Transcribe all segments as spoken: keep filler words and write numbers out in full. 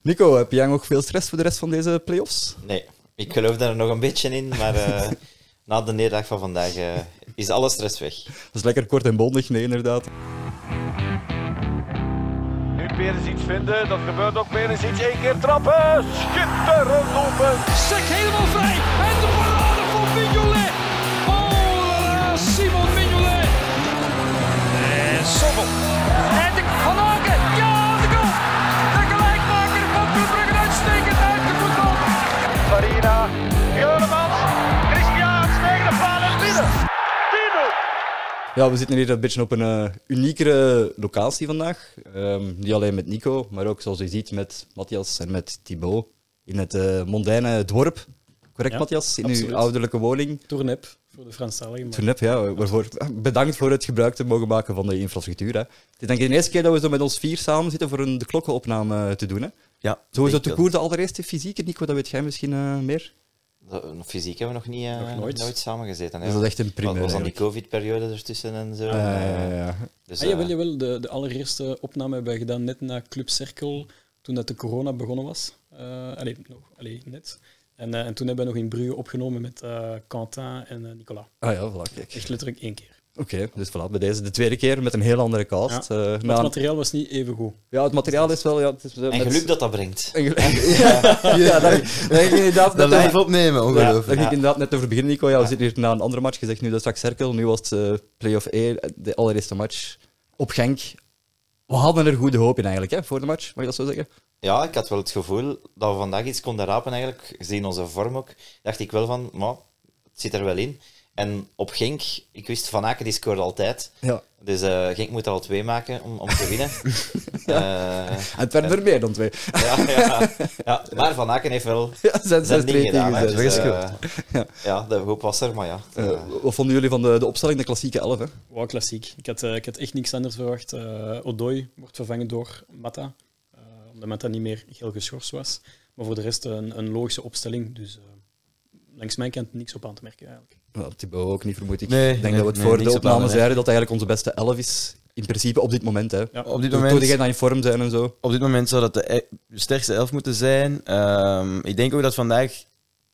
Nico, heb jij nog veel stress voor de rest van deze play-offs? Nee, ik geloof daar nog een beetje in, maar uh, na de nederlaag van vandaag uh, is alle stress weg. Dat is lekker kort en bondig, nee, inderdaad. Nu Perisic vinden, dat gebeurt ook. Perisic één keer trappen, schitterend open. Sek helemaal vrij en de parade van Mignolet. Oh, Simon Mignolet. En Sommel. En de Van Aken, ja, de goal. De gelijkmaker van Club Brugge, uitstekend uitgevoetbald. Farina, Juremans, Christiaans tegen de paal en binnen. Ja, we zitten hier een beetje op een uh, uniekere locatie vandaag. Um, niet alleen met Nico, maar ook zoals u ziet met Matthias en met Thibaut. In het uh, mondaine dorp. Correct, ja, Matthias? In absoluut. Uw ouderlijke woning. Tournep, voor de Franstaligen. Maar... Tournep, ja. Waarvoor, bedankt voor het gebruik te mogen maken van de infrastructuur. Hè. Het is denk ik de eerste keer dat we zo met ons vier samen zitten voor een de klokkenopname te doen. Hè. Ja. Zo is dat de koer de allereerste fysieke, Nico? Dat weet jij misschien uh, meer? Fysiek hebben we nog niet uh, nog nooit. nooit samengezeten. Dus dat is echt een primeur. Dat was dan die covid-periode ertussen en zo. Uh, ja, ja, ja. Dus, uh, ah, jawel, jawel. De, de allereerste opname hebben we gedaan net na Club Cercle, toen dat de corona begonnen was. Uh, allee, nog, allee, net. En, uh, en toen hebben we nog in Brugge opgenomen met uh, Quentin en uh, Nicolas. Ah ja, voilà, kijk. Echt letterlijk één keer. Oké, okay, dus voilà, bij deze de tweede keer met een heel andere cast. Ja, uh, het materiaal was niet even goed. Ja, het materiaal is wel... Ja, het is, uh, en met... geluk dat dat brengt. En geluk... ja, ja, daar ging ik inderdaad... Dat live opnemen, ongelooflijk. Ja, daar ging ik inderdaad net over beginnen, Nico. Ja, we zitten hier na een andere match. Je zegt nu dat straks Cercle, nu was het uh, play-off één, de allereerste match op Genk. We hadden er goede hoop in eigenlijk, hè, voor de match, mag je dat zo zeggen? Ja, ik had wel het gevoel dat we vandaag iets konden rapen eigenlijk. Gezien onze vorm ook, dacht ik wel van, maar het zit er wel in. En op Genk, ik wist Van Aken die scoorde altijd. Ja. Dus uh, Genk moet er al twee maken om, om te winnen. ja. uh, en het werden er meer dan twee. ja, ja, ja, maar Van Aken heeft wel ja, zijn, zijn ding gedaan. Hè, dus, uh, ja. ja, de hoop was er, maar ja. Uh, uh, wat vonden jullie van de, de opstelling, de klassieke elf? Hè? Wow, klassiek. Ik had, uh, ik had echt niks anders verwacht. Uh, Odoi wordt vervangen door Mata. Uh, omdat Mata niet meer geel geschorst was. Maar voor de rest een, een logische opstelling. Dus uh, langs mijn kant niks op aan te merken eigenlijk. Ja, Thibaut ook niet, vermoed ik. Nee, ik denk nee, dat we het nee, voor de opname op zeiden dat het eigenlijk onze beste elf is. In principe op dit moment. Hè. Ja, op dit moment. Toen jij in vorm zijn en zo. Op dit moment zou dat de sterkste elf moeten zijn. Um, ik denk ook dat vandaag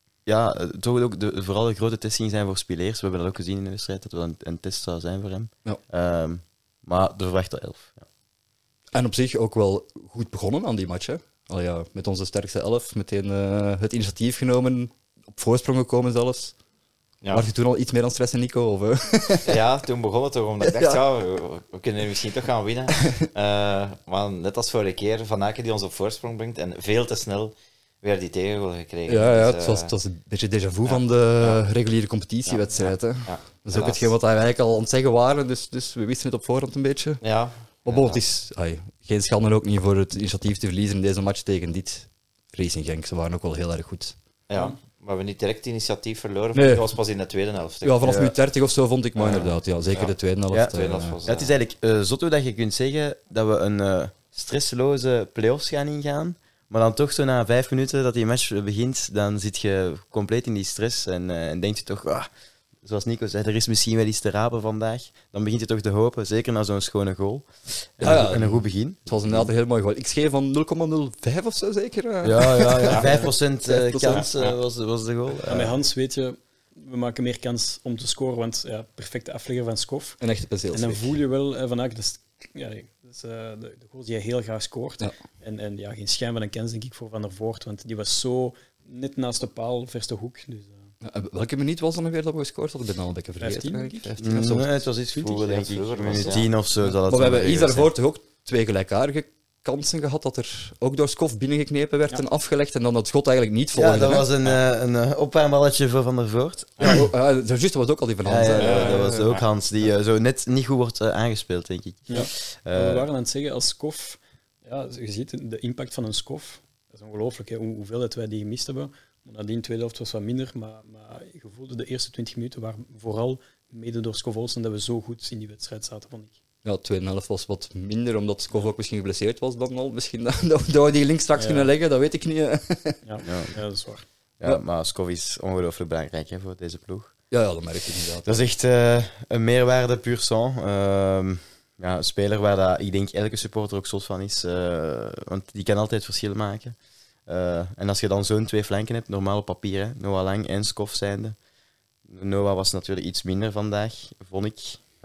ja, toch ook de, vooral de grote test ging zijn voor Spileers. We hebben dat ook gezien in de wedstrijd, dat het wel een, een test zou zijn voor hem. Ja. Um, maar de verwachte elf. Ja. En op zich ook wel goed begonnen aan die match. Hè. Al ja, met onze sterkste elf, meteen uh, het initiatief genomen, op voorsprong gekomen zelfs. Ja. Was je toen al iets meer aan stressen, Nico? Of, uh? ja, toen begon het toch, omdat ik dacht, ja, ja we, we kunnen misschien toch gaan winnen. Uh, maar net als vorige keer, Van Aken die ons op voorsprong brengt en veel te snel weer die tegengoal gekregen. Ja, ja, dus, het, was, het was een beetje déjà vu ja, van de ja, reguliere competitiewedstrijd. Ja, ja, ja. Dat is ook hetgeen wat wij eigenlijk al aan het zeggen waren, dus, dus we wisten het op voorhand een beetje. Ja. Maar bon, het is ai, geen schande ook niet voor het initiatief te verliezen in deze match tegen dit Racing Genk. Ze waren ook wel heel erg goed. Ja. Maar we hebben niet direct initiatief verloren. Nee. Dat was pas in de tweede helft. Ja, vanaf minuut ja. dertig of zo vond ik maar ja. inderdaad. Ja, zeker ja. de tweede helft. Ja. Uh, tweede helft was, ja, het is eigenlijk uh, zotto dat je kunt zeggen dat we een uh, stressloze play-offs gaan ingaan. Maar dan toch zo na vijf minuten dat die match begint, dan zit je compleet in die stress. En, uh, en denk je toch, ah, zoals Nico zei, er is misschien wel iets te rapen vandaag. Dan begint je toch te hopen, zeker na zo'n schone goal. En, ja, ja. en een goed begin. Het was inderdaad een heel mooi goal. Ik schreef van nul komma nul vijf of zo zeker. Uh. Ja, ja, ja. vijf procent uh, kans uh, was, was de goal. Ja, met Hans weet je, we maken meer kans om te scoren, want ja, perfecte aflegger van Skof. Een echte penseelsweg. En dan voel je wel uh, van, ah, dat is, ja, dat is uh, de, de goal die hij heel graag scoort. Ja. En, en ja, geen schijn van een kans denk ik voor Van der Voort, want die was zo net naast de paal, verste hoek. Dus, uh. Ja, welke minuut was dan weer dat we gescoord hadden? Ik ben al een beetje vergeten. vijftien, vijftien of zo. Nee, het was iets vroeger, denk ik. Minuut tien of zo. Zal het maar we hebben iets daarvoor toch ook twee gelijkaardige kansen gehad, dat er ook door Skof binnengeknepen werd ja. en afgelegd en dan dat schot eigenlijk niet volgde. Ja, dat hè? was een, uh, een uh, opwarmballetje voor Van der Voort. Ja, oh, uh, juist, dat was ook al die van Hans. Ja, ja, ja, dat was ook Hans, die uh, zo net niet goed wordt uh, aangespeeld, denk ik. Ja. Uh, we waren aan het zeggen, als Skof, ja, je ziet de impact van een Skof, dat is ongelooflijk, hè, hoe, hoeveel dat wij die gemist hebben. Nadien de tweede helft was wat minder, maar, maar je voelde de eerste twintig minuten waren vooral mede door Skof Olsen dat we zo goed in die wedstrijd zaten, vond ik. Ja, de tweede helft was wat minder, omdat Skof ook misschien geblesseerd was dan al. Misschien dat, dat we die link straks ja. kunnen leggen, dat weet ik niet. Ja, ja. ja dat is waar. Ja, ja. Maar Skof is ongelooflijk belangrijk hè, voor deze ploeg. Ja, ja, dat merk ik inderdaad. Dat is echt uh, een meerwaarde puur sang. Uh, ja, een speler waar dat, ik denk elke supporter ook zot van is. Uh, want die kan altijd verschil maken. Uh, en als je dan zo'n twee flanken hebt, normaal op papier, hè, Noah Lang en Skov zijnde. Noah was natuurlijk iets minder vandaag, vond ik.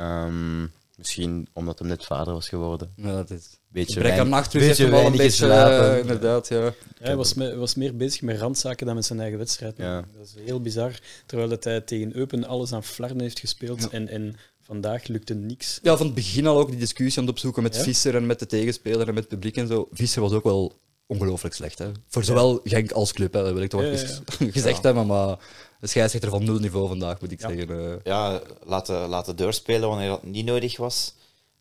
Um, misschien omdat hij net vader was geworden. Ja, dat is... Beetje Brek aan nachtrust heeft beetje hem al een beetje, geslapen. uh, inderdaad, ja. Ja, hij was, me, was meer bezig met randzaken dan met zijn eigen wedstrijd. Ja. Dat is heel bizar. Terwijl dat hij tegen Eupen alles aan flarden heeft gespeeld Ja. en, en vandaag lukte niks. Ja, van het begin al ook die discussie aan het opzoeken met Ja? Visser en met de tegenspeler en met het publiek en zo. Visser was ook wel ongelooflijk slecht, hè. Voor zowel Genk als club, hè. Dat wil ik toch Ja, wel ja, eens gezegd Ja. hebben, maar de scheidsrechter van nul niveau vandaag, moet ik Ja. zeggen. uh. Ja, laten, laten doorspelen wanneer dat niet nodig was.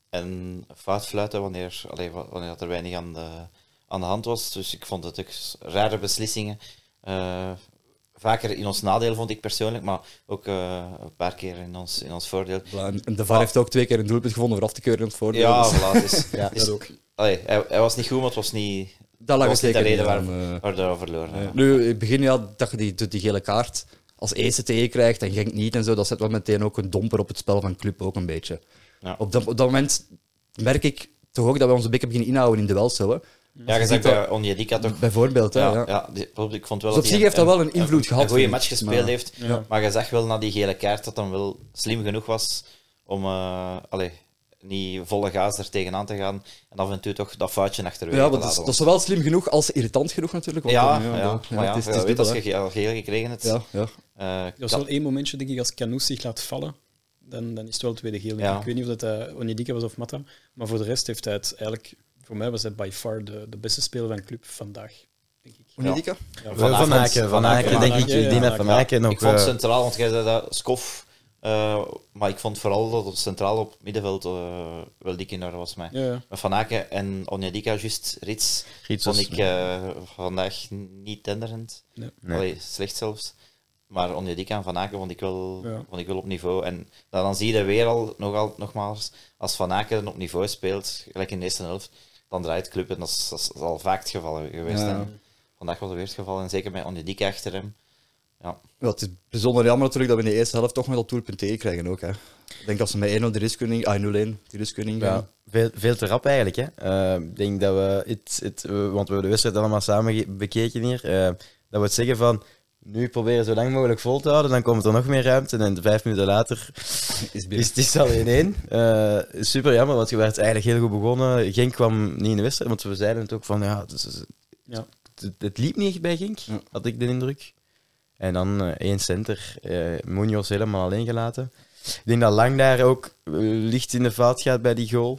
En fout fluiten wanneer, allee, wa- wanneer dat er weinig aan de, aan de hand was. Dus ik vond het ook rare beslissingen. Uh, vaker in ons nadeel, vond ik persoonlijk, maar ook uh, een paar keer in ons, in ons voordeel. En de V A R heeft ook twee keer een doelpunt gevonden voor af te keuren in het voordeel. Ja, dus voilà, dus, Ja, dus- dat ook. allee, hij, hij was niet goed, maar het was niet, dat lag was er niet de zeker reden niet waar, aan, uh. waar we verloren. Nee. Ja. Nu, in het begin ja, dat je die, die gele kaart als eerste tegen krijgt en Genk niet en zo, dat zet wel meteen ook een domper op het spel van club ook een beetje. Ja. Op, dat, op dat moment merk ik toch ook dat we onze bekken beginnen inhouden in duels. Zo, hè. Ja, je zegt bij Onjedika toch. Bijvoorbeeld. Hè, Ja, ja. ja, die- ik vond wel Dus op dat zich hij heeft dat wel een invloed gehad, Een goede vind match ik. gespeeld Maar- heeft. Ja. Maar je zag wel na die gele kaart dat hij wel slim genoeg was om uh, allee, niet volle gaas er tegenaan te gaan. En af en toe toch dat foutje achterwege Ja, te maar dat is, laten. dat is zowel slim genoeg als irritant genoeg natuurlijk. want ja, dan, ja, ja, dan- maar ja, het is, het je is weet als dubbel, je ge- al geel gekregen hebt. hè. Ja, ja. uh, Er was kan- wel één momentje, denk ik, als Canoes zich laat vallen. Dan, dan is het wel tweede geel. Ja. Ik weet niet of dat uh, Onyedika was of Mata. Maar voor de rest heeft hij het eigenlijk... Voor mij was hij by far de, de beste speler van de club vandaag, denk ik. Onyedika? Ja, Van, van Aken, Van Aken, denk ik. Ja, ja, Ik denk dat ja, Van ja. Aken nog... ik vond eh, centraal, want jij zei dat Skof, uh, maar ik vond vooral dat het centraal op het middenveld uh, wel dik in orde was. Mij. Ja, ja. Maar Van Aken en Onyedika, juist Rits, Rits vond was- ik uh, vandaag niet tenderend. Nee. Nee. Allee, slecht zelfs. Maar Onyedika en Van Aken vond ik wel, Ja. vond ik wel op niveau. En dan, dan zie je weer al, nogal, nogmaals, als Van Aken op niveau speelt, gelijk in de eerste helft, dan draait de club. En dat is, dat is al vaak het geval geweest. Ja. En vandaag was het weer het geval. En zeker met Onyedika achter hem. Ja. Ja, het is bijzonder jammer natuurlijk dat we in de eerste helft toch met dat doelpunt tegen krijgen ook. Hè. Ik denk als ze met één nul de riskunning, ah nul-één de riskunning gaan. Ja, veel, veel te rap eigenlijk. Hè. Uh, ik denk dat we het, het, uh, want we hebben de wedstrijd allemaal samen ge- bekeken hier, uh, dat we het zeggen van nu proberen zo lang mogelijk vol te houden, dan komt er nog meer ruimte en vijf minuten later Is is het is al één-één. Uh, super jammer, want je werd eigenlijk heel goed begonnen. Genk kwam niet in de wedstrijd, want we zeiden het ook van ja, het, is, Ja. het, het liep niet echt bij Genk, Ja. had ik de indruk. En dan uh, één center, uh, Munoz helemaal alleen gelaten. Ik denk dat Lang daar ook uh, licht in de fout gaat bij die goal.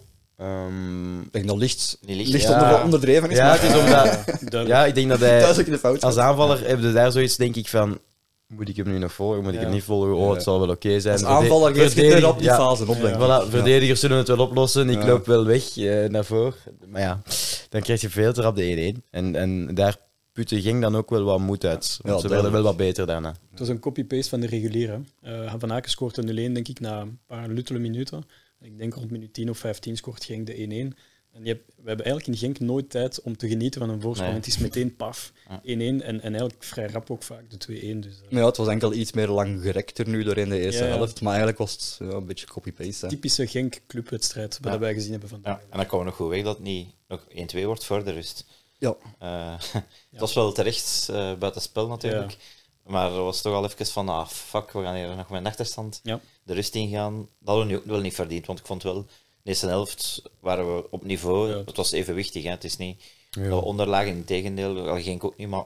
Um, Ik denk dat licht, Die licht, licht ja. onder, onderdreven is. ja, maar het is omdat, Duidelijk. ja, ik denk dat hij thuis ook in de fout als gaat. aanvaller heb je daar zoiets, denk ik van, moet ik hem nu nog volgen, moet ik Ja. hem niet volgen? Oh, het zal wel oké zijn. Als Verde- aanvaller geeft je verdedig- er op die ja. fase op, denk ik. Voilà, verdedigers zullen het wel oplossen. Ik Ja. loop wel weg eh, naar voren. Maar ja, dan krijg je veel te rap de één-één. En, en daar putte Genk dan ook wel wat moed uit. Want ze werden duidelijk. wel wat beter daarna. Het was een copy-paste van de reguliere. Uh, Van Aken scoort een nul-één, denk ik, na een paar luttele minuten. Ik denk rond minuut tien of vijftien scoort Genk de één-één. En je hebt, we hebben eigenlijk in Genk nooit tijd om te genieten van een voorsprong. Nee. Het is meteen paf, Ja. één-één. En, en eigenlijk vrij rap ook vaak de twee-één. Dus, uh, Ja, het was enkel iets meer langgerekter nu doorheen de eerste Ja, ja. helft. Maar eigenlijk was het ja, een beetje copy-paste. hè. typische Genk-clubwedstrijd, wat Ja. wij gezien hebben vandaag. Ja. En dan komen we nog goed weg dat het niet nog één-twee wordt voor de rust. Ja. Uh, het was wel terecht uh, buitenspel natuurlijk. Maar er was toch al even van, ah fuck, we gaan hier nog met een achterstand Ja. de rust ingaan. Dat hadden we nu ook wel niet verdiend, want ik vond wel, de eerste helft waren we op niveau. Ja. Het was evenwichtig, hè. Het is niet Ja. dat we onderlagen, in tegendeel, al ging ik ook niet, maar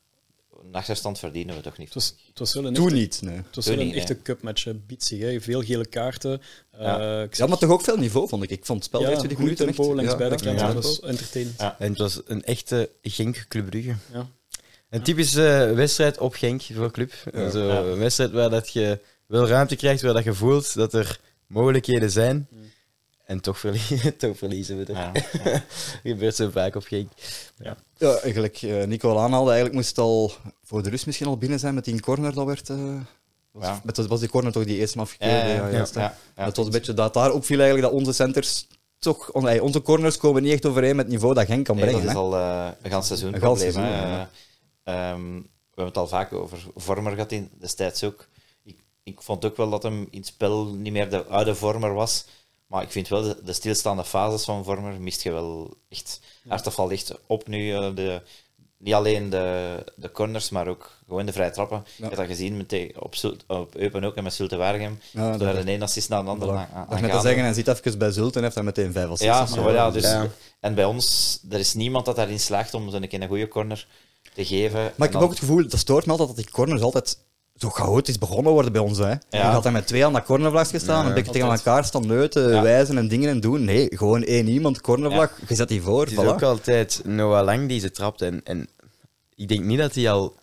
een achterstand verdienen we toch niet. Het was, het was wel een Toen echte, niet, nee. het was Toen wel een niet, echte nee. cupmatch, hè. Bietzig, hè. Veel gele kaarten. Uh, Ja. ik Ja, maar toch ook veel niveau, vond ik. Ik vond het spel ja, vijfentwintig goed minuten tempo echt... langs ja, beide echt kanten. ja. Het was entertainend. Ja. En het was een echte Genk-Club Brugge. Ja. Een typische wedstrijd op Genk voor club. Ja. Zo, Ja. Een wedstrijd waar dat je wel ruimte krijgt, waar dat je voelt dat er mogelijkheden zijn. Mm. En toch, verlie- toch verliezen we er. Ja. Dat gebeurt zo vaak op Genk. Ja, eigenlijk, uh, Nico al aanhaalde, eigenlijk moest het al voor de rust misschien al binnen zijn met die corner dat werd... uh, was, Ja. met, was die corner toch die eerste afgekeurde? Ja, ja, ja, ja, juist, hè. ja, ja. dat was een beetje dat daar opviel eigenlijk dat onze centers toch... on- ey, onze corners komen niet echt overeen met het niveau dat Genk kan Nee, brengen. dat is hè. al uh, een gans seizoen Een gans probleem. seizoen, hè. ja. Um, we hebben het al vaak over Vormer gehad in, destijds ook. Ik, ik vond ook wel dat hem in het spel niet meer de oude Vormer was. Maar ik vind wel, de, de stilstaande fases van Vormer mist je wel echt. Ja. Hartog valt echt op nu. Uh, de, niet alleen de, de corners, maar ook gewoon de vrije trappen. Ja. Je hebt dat gezien met de, op, Zult, op Eupen ook en met Zulte Waregem. Ja, dat er de ene assist naar de andere voilà. aan, aan Dat net te zeggen, en zit even bij Zult en heeft hij meteen vijf assists. Ja, of zo. maar ja, dus, Ja. en bij ons, er is niemand dat daarin slaagt om zo'n keer een goede corner te geven. Maar ik En heb dan- ook het gevoel, dat stoort me altijd dat die corners altijd zo chaotisch begonnen worden bij ons. Hè. Je gaat daar met twee aan dat cornervlagje staan, Ja, een beetje tegen altijd. elkaar staan neuten, Ja. wijzen en dingen en doen. Nee, gewoon één iemand, cornervlag, je zet die voor, Het is voilà. ook altijd Noah Lang die ze trapt. En, en ik denk niet dat hij al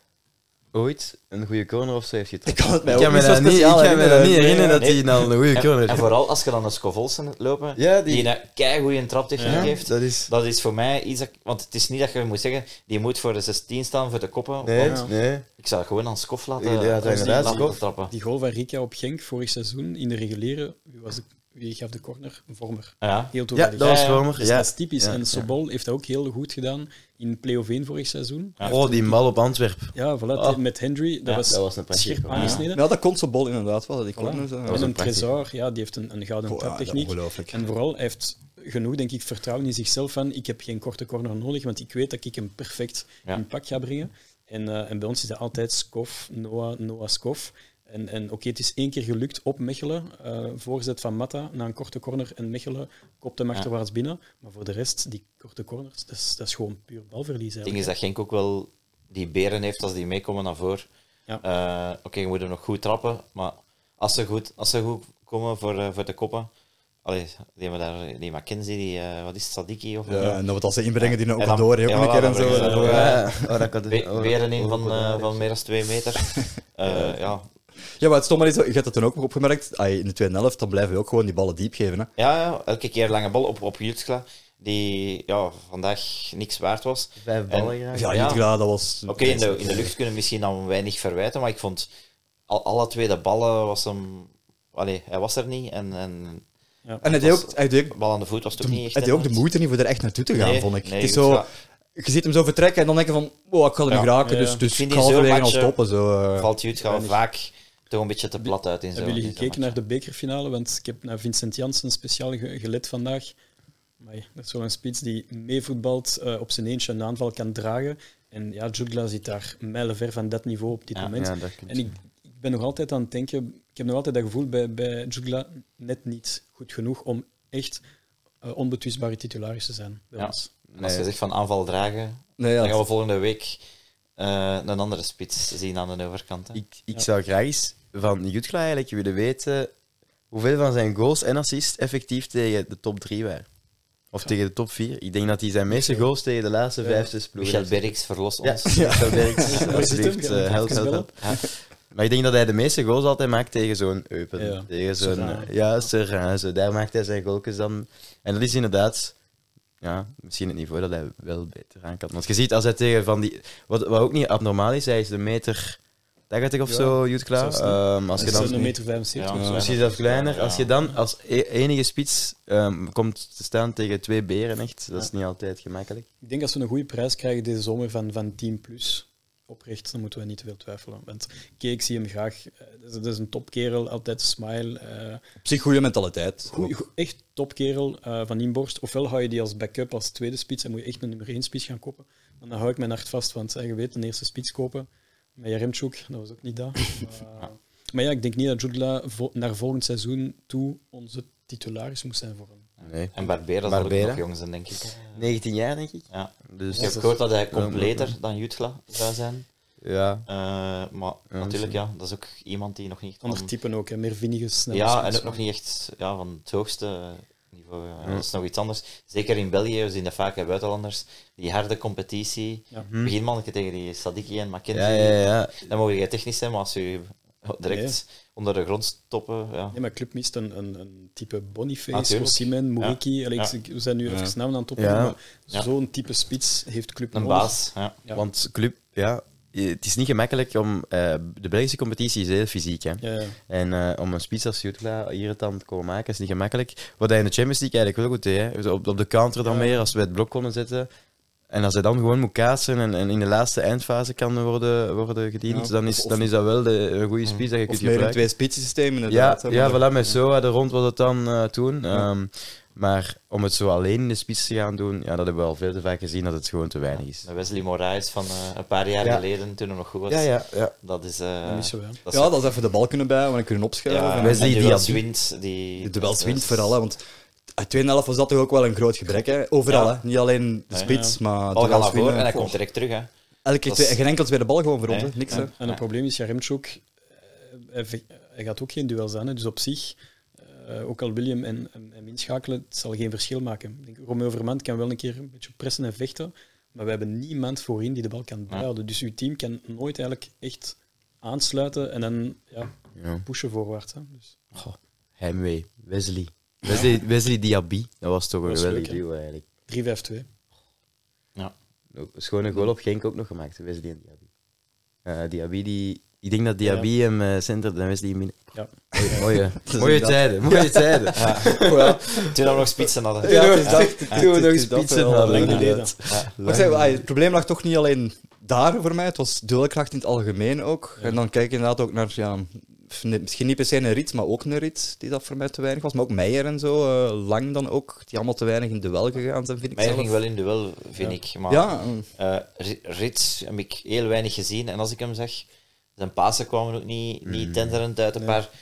ooit een goede corner of zo heeft getrapt. Ik kan het mij Ik ook kan me niet zo dat niet, ik speciaal kan me dat niet herinneren. herinneren dat Nee. hij al een goede corner En, en heeft. vooral als je dan een Scovolsen lopen, Ja, die, die- een keigoeie traptechniek Ja, heeft. dat is... Dat is voor mij iets dat... Want het is niet dat je moet zeggen, die moet voor de zestien staan voor de koppen. Nee, Want nee. ik zou het gewoon aan Skof laten, Ja, dat laten inderdaad, laten Skof. trappen. Die goal van Rika op Genk vorig seizoen in de reguliere, wie, was de, wie gaf de corner? Vormer. Ja. Heel Ja, toevallig. dat was Ja, ja. Vormer. Dus Ja. dat is typisch. Ja, En ja. Sobol heeft dat ook heel goed gedaan in play-off één vorig seizoen. Ja. Oh, die bal op Antwerpen. Ja, voilà, Oh. met Hendry. Dat Ja, was, dat was een prachtige scherp goal. aangesneden. Ja, dat komt zo bol inderdaad wel, die Voilà. corners. hè. En was een een prachtig. Trezor, ja, die heeft een, een gouden Oh, ja, dat is traptechniek. ongelooflijk. En vooral, hij heeft genoeg, denk ik, vertrouwen in zichzelf van ik heb geen korte corner nodig, want ik weet dat ik hem perfect Ja. in pak ga brengen. En, uh, en bij ons is dat altijd Skof, Noah, Noah Skof. En, en oké, okay, het is één keer gelukt op Mechelen. Uh, voorzet van Matta na een korte corner en Mechelen kopt hem achterwaarts ja. binnen. Maar voor de rest, die korte corners, dat is, dat is gewoon puur balverlies. Het ding is dat Genk ook wel die beren heeft als die meekomen naar voren. Ja. Uh, Oké, okay, je moet hem nog goed trappen, maar als ze goed, als ze goed komen voor, uh, voor de koppen... Allee, die hebben daar, die McKenzie, die, uh, wat is het, Sadiki? Of, Ja, en dan wat als ze inbrengen, die Ja. ook En nog dan- door, hè, ook ja, een keer dan en zo. brengen ze nog, Ja, oh, dat kan Be- oh, beren in oh, van, oh, uh, oh, van meer dan twee meter. Uh, ja. Ja, maar het stomme is, je hebt dat toen ook nog opgemerkt, ah, in de tweede helft, dan blijven we ook gewoon die ballen diep geven. Hè. Ja, ja, elke keer lange bal op, op Jutskla, die ja, vandaag niks waard was. Vijf ballen En- graag. Ja, Ja. Jutgla, dat was... Oké, okay, in, de, in de lucht kunnen we misschien dan weinig verwijten, maar ik vond al, alle twee de ballen was hem... Allee, hij was er niet en... en Ja. En hij deed ook, hij deed ook, de bal aan de voet was toch niet echt... hij deed ook de enorm. moeite niet voor er echt naartoe te gaan, Nee, vond ik. nee, het is goed, zo... ja. Je ziet hem zo vertrekken en dan denk je van, oh, ik ga er Ja. niet raken, Ja, dus, ja. dus Ik vind ik die ga zo'n er al matchen- stoppen. Zo, eh. Valt Jutskla Weinig. vaak toch een beetje te plat uit in zo'n... Hebben jullie in zo'n gekeken naar match. de bekerfinale? Want ik heb naar Vincent Janssen speciaal ge- gelet vandaag. Maar dat is zo'n spits die meevoetbalt, uh, op zijn eentje een aanval kan dragen. En ja, Jutgla zit daar mijlenver van dat niveau op dit Ja. moment. Ja, dat kun je En ik, ik ben nog altijd aan het denken, ik heb nog altijd dat gevoel bij, bij Jutgla net niet goed genoeg om echt uh, onbetwistbare titularis te zijn bij Ja. ons. En Als je zegt van aanval dragen, Nee, ja, dan gaan we volgende week uh, een andere spits zien aan de overkant. Hè. Ik, ik Ja. zou graag eens van Jutgla eigenlijk willen weten hoeveel van zijn goals en assists effectief tegen de top drie waren. Of tegen de top vier. Ik denk dat hij zijn meeste goals tegen de laatste Ja. vijf, zes ploegen Michel heeft. Berks, verlos Ja, ons. Michel Berks, Waar zit hem? alsjeblieft. Gaan we eh, hem help, even help, bellen? help. Maar ik denk dat hij de meeste goals altijd maakt tegen zo'n Eupen. Ja. Tegen zo'n... Serrain. eh, Ja, Serrain. Zo. Daar maakt hij zijn goaltjes dan. En dat is inderdaad... Ja, misschien het niveau dat hij wel beter aan kan. Want je ziet, als hij tegen van die... Wat, wat ook niet abnormaal is, hij is een meter... tachtig of Ja, zo, Jutgla. zelfs niet. Um, als je Dat is dan... een meter vijfenzeventig. Ja, of zo. Misschien zelfs kleiner. Ja. Als je dan als e- enige spits um, komt te staan tegen twee beren, echt, dat is niet altijd gemakkelijk. Ik denk als we een goede prijs krijgen deze zomer van, van tien plus, oprecht, dan moeten we niet te veel twijfelen. Want kijk, ik zie hem graag. eh, Dat is, dat is een topkerel, altijd smile. eh, op zich goede mentaliteit. goeie- go- echt topkerel uh, van inborst. Ofwel hou je die als backup, als tweede spits, en moet je echt een nummer één spits gaan kopen. Maar dan hou ik mijn hart vast, want eh, je weet, een eerste spits kopen met Jaremchuk, dat was ook niet dat. Maar, maar ja, ik denk niet dat Jutgla vo- naar volgend seizoen toe onze titularis moet zijn voor hem. Nee. En Barbera zal ook Barbera. nog jong zijn, denk ik. negentien jaar, denk ik. Ja. Dus Ik heb gehoord dat hij completer dan Jutgla zou zijn. Ja. Uh, maar Ja, natuurlijk, zo. ja, dat is ook iemand die nog niet... Ander van- type ook, hè, meer vinnige, snelle Ja, spits. en ook nog niet echt ja, van het hoogste niveau. Ja. Ja. Dat is nog iets anders. Zeker in België, we zien dat vaak bij buitenlanders. Die harde competitie. Ja. Hm. Beginmannetje tegen die Sadiki en McKenzie. Ja, ja, ja. Dan mogen jij technisch zijn, maar als je direct onder de grond stoppen... Ja. Nee, maar Club mist een, een, een type Boniface, Natuurlijk. Osimhen, Muriqi. Allee, Ja. ik- We zijn nu Ja. even namen aan het opnemen, Ja. maar Ja. zo'n type spits heeft Club Een nodig. baas. Ja. Ja. Want club, ja, het is niet gemakkelijk om... eh, de Belgische competitie is heel fysiek, hè. Ja, ja. En eh, om een spits als Jutgla hier het aan te komen maken, is niet gemakkelijk. Wat hij in de Champions League eigenlijk wel goed deed, hè. Zo Op, op de counter dan Ja. meer, als we het blok konden zetten. En als hij dan gewoon moet kaatsen en, en in de laatste eindfase kan worden, worden gediend, Ja, dan, is, of- dan is dat wel de, een goede spits dat je Of kunt meer een gebruiken. twee-spitsen-systeem, Ja, inderdaad. hè, ja, maar- voilà, met Soa er rond was het dan uh, toen. Ja. Um, maar om het zo alleen in de spits te gaan doen, ja, dat hebben we al veel te vaak gezien dat het gewoon te weinig is. Met Wesley Moraes van uh, een paar jaar Ja. geleden, toen hij nog goed was. Ja, ja, ja. Dat is... Uh, Dat is zo, ja. dat is Ja, dat is even de bal kunnen bij, en kunnen opschuiven. ja, En Wesley en die Diaby. wel wint. Die, de duels dat wint is- vooral, hè, want uit tweede helft was dat toch ook wel een groot gebrek. Hè? Overal, Ja. hè? Niet alleen de Nee, spits, maar Bal gaat naar duels voren winnen. en hij Goh. komt direct terug. Hè. Elke keer Dat twee- is- geen enkel tweede bal gewoon voor ons, Nee, hè. Niks. ja. Hè? En Ja. het probleem is, Jaremchuk, uh, hij, ve- hij gaat ook geen duels aan. Hè. Dus op zich, uh, ook al William en, en, en inschakelen, het zal geen verschil maken. Ik denk, Romeo Vermand kan wel een keer een beetje pressen en vechten, maar we hebben niemand voorin die de bal kan bijhouden. Dus uw team kan nooit eigenlijk echt aansluiten en dan ja, Ja. pushen voorwaarts. Hè. Dus, Goh, Heimwee, Wesley. Wesley, Wesley Diaby, dat was toch een Dat was geweldig leuk, hè? duo eigenlijk. drie vijf twee. Ook een schone goal op Genk ook nog gemaakt, Wesley en Diaby. Uh, Diaby, die, ik denk dat Diaby hem uh, centert en Wesley hem binnen. Ja. Mooie, mooie, mooie tijden, mooie tijden. Ja. Toen we nog spitsen hadden. Ja, Toen het is dat- we het nog is- het is dat spitsen wel. hadden. Lang geleden. inderdaad. Maar ik zeg, ah, het probleem lag toch niet alleen daar voor mij, het was duelkracht in het algemeen ook. En dan kijk ik inderdaad ook naar, ja, misschien niet per se een Rits, maar ook een Rits die dat voor mij te weinig was. Maar ook Meijer en zo, uh, lang dan ook, die allemaal te weinig in duel gegaan zijn, vind ik Meijer zelf. ging wel in duel, vind ik. Maar Ja, eh, Ri- Rits heb ik heel weinig gezien. En als ik hem zag, zijn pasen kwamen ook niet, niet tenderend uit. Een paar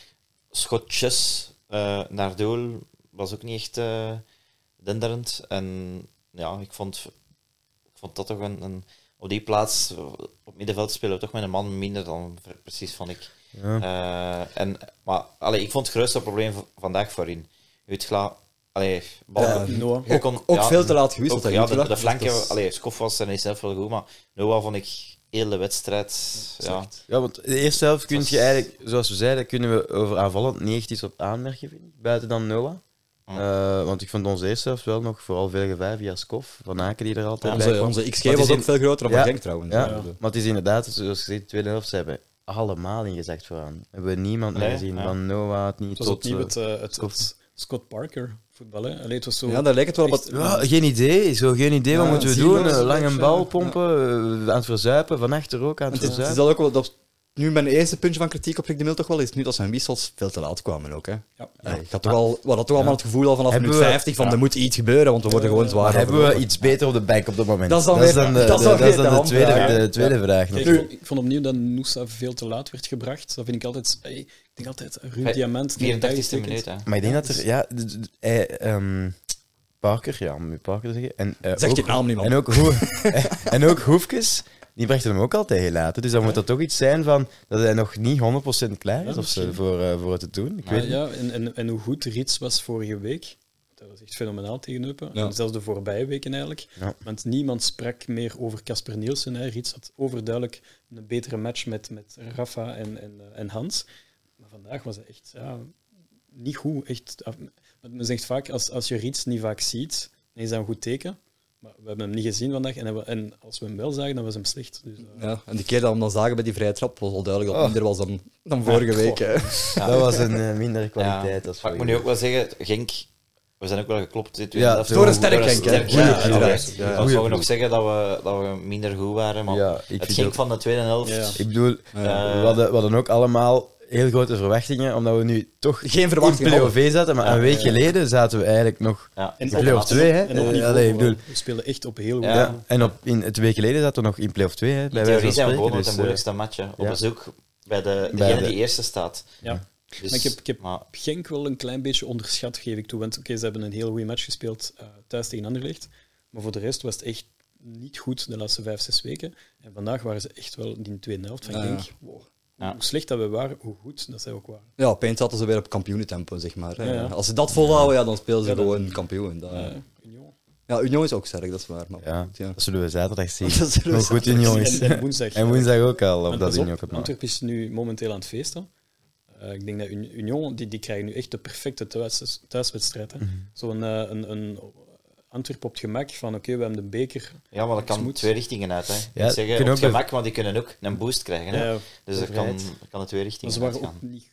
schotjes uh, naar doel was ook niet echt uh, denderend. En ja, ik vond, ik vond dat toch een, een... Op die plaats, op middenveld spelen we toch met een man minder dan precies, vond ik. Ja. Uh, en, maar allee, ik vond het grootste probleem v- vandaag voorin. Uitgla, allee, bal, Ja, Noah. je kon- ook ja, veel te laat gewisseld. ook, hè, ja, de, Jutela. de flanken, Dus dat is- allee, Skof was er niet zelf wel goed, maar Noah vond ik heel de wedstrijd. Ja. Ja, want de eerste helft kun was- je eigenlijk, zoals we zeiden, kunnen we over aanvallend niet echt iets op aanmerken, vind ik, buiten dan Noah. Hm. Uh, want ik vond onze eerste helft wel nog vooral veel gevaar via Skof, Van Aken die er altijd bij Onze, kwam. onze X G Maar het was is ook in- veel groter dan Ja. van Genk trouwens. Ja, hè. maar het is inderdaad, zoals gezegd, de tweede helft, ze hebben allemaal ingezakt vooraan. Hebben we niemand meer Nee, gezien, ja. van Noah het niet Het was tot... opnieuw eh, het, uh, het, Skof. het Scott Parker voetbal. Hè. Allee, het was zo... Ja, daar lijkt het wel op. echt- wat- ja, geen idee, zo geen idee, wat Ja, moeten we zieloos, doen? Uh, lang beetje, een bal ja. pompen, uh, aan het verzuipen, van achter ook aan het Het is, het is verzuipen. dat ook wel dat nu mijn eerste puntje van kritiek op Rick de Mil toch wel is nu dat zijn wissels veel te laat kwamen ook. Hè. Ja. Allee, ik had toch al, we hadden toch allemaal het gevoel al vanaf Hebben minuut we- vijftig van ja. er moet iets gebeuren, want we worden gewoon zwaar. Maar hebben we overlopen. iets beter op de bank op dat moment? Dat is dan weer- de, dat is de- dan dat weer is de dan de tweede, handvraag. de tweede vraag. Kijk, ik, natuurlijk. vond, ik vond opnieuw dat Noosa veel te laat werd gebracht. Dat vind ik altijd... Hey, ik denk altijd, Ruud Vij- Diamant... vierentachtigste minuut. Hè. Maar ik denk dat er, ja, d- d- hij, ehm, Parker, ja, om nu Parker te zeggen. En, eh, Zeg ook, je naam niet, man. En ook, Ho- en ook Hoefkes, die brachten hem ook altijd heel laat. hè. Dus dan moet dat toch iets zijn van dat hij nog niet honderd procent klaar is Ja, of zo, misschien. voor, eh, voor het te doen. Ik Maar weet het ja, en, en, en hoe goed Rits was vorige week, dat was echt fenomenaal tegen Eupen. Ja. En zelfs de voorbije weken eigenlijk. Ja. Want niemand sprak meer over Casper Nielsen. Hè. Rits had overduidelijk een betere match met, met Rafa en, en, eh, en Hans. Maar vandaag was hij echt ja, niet goed. Echt, af- men zegt vaak, als, als je Rits niet vaak ziet, dan is dat een goed teken. Maar we hebben hem niet gezien vandaag. En, hij- en als we hem wel zagen, dan was hem slecht. Dus, eh, Ja, en die keer dat we hem dan zagen bij die vrije trap was al duidelijk dat Oh. het minder was dan, dan vorige week. Hè. Ja. Dat was een eh, mindere kwaliteit. Ja. als Maar ik vorige moet nu ook wel zeggen, Genk, we zijn ook wel geklopt dit Ja, weekend. door een sterk Door een Genk, hè. sterk Goeie Genk, ploeg, ja. inderdaad. Ja, Ja, ja. goeie We mogen ploeg. nog zeggen dat we, dat we minder goed waren, maar Ja, ik het vind Genk ook- van de tweede helft... Ja. Ik bedoel, Ja. we, hadden, we hadden ook allemaal heel grote verwachtingen, omdat we nu toch Geen in verwachtingen play-off zaten, maar Ja, een week ja. geleden zaten we eigenlijk nog Ja. En in op- play-off twee. Hè? En op Eh, niveau allee, ik vooral. bedoel, We spelen echt op heel goed. Ja. ja. En op, in, twee weken geleden zaten we nog in play-off twee, hè, bij In wijze theorie van zijn we spreken. gewoon met de Dus, eh, moeilijkste matchen. Op ja. bezoek bij, de, Bij degene de- die eerste staat. Ja. Dus, Maar ik heb, ik heb maar- Genk wel een klein beetje onderschat, geef ik toe. Want oké, ze hebben een heel goede match gespeeld uh, thuis tegen Anderlecht. Maar voor de rest was het echt niet goed de laatste vijf, zes weken. En vandaag waren ze echt wel in de tweede helft van Ja, ja. Genk. Wow. Ja. Hoe slecht dat we waren, hoe goed dat zij ook waren. Ja, opeens zaten ze weer op kampioenentempo, zeg maar. Hè. Ja, ja. Als ze dat volhouden, ja, dan spelen ze Ja, dan- gewoon kampioen. Dat- Uh, Union. Ja, Union is ook sterk, dat is waar. Maar Ja, goed, ja. dat zullen we zaterdag zien. Dat zullen we Hoe goed zaterdag Union En, is. en woensdag. En woensdag ook al, op Want dat pas op, Union Cup. Antwerpen is nu momenteel aan het feesten. Uh, ik denk dat Uni- Union, die, die krijgen nu echt de perfecte thuis, thuiswedstrijd. Hè. Mhm. Zo'n uh, een, een Antwerpen op het gemak van oké, we hebben de beker. Ja, maar dat kan Smooth. twee richtingen uit. Hè. Ik Ja, moet zeggen, kunnen op ook het gemak, maar die kunnen ook een boost krijgen. Hè. Ja, Dus dat kan, bevrijd. kan het twee maar richtingen ze waren uitgaan. ook niet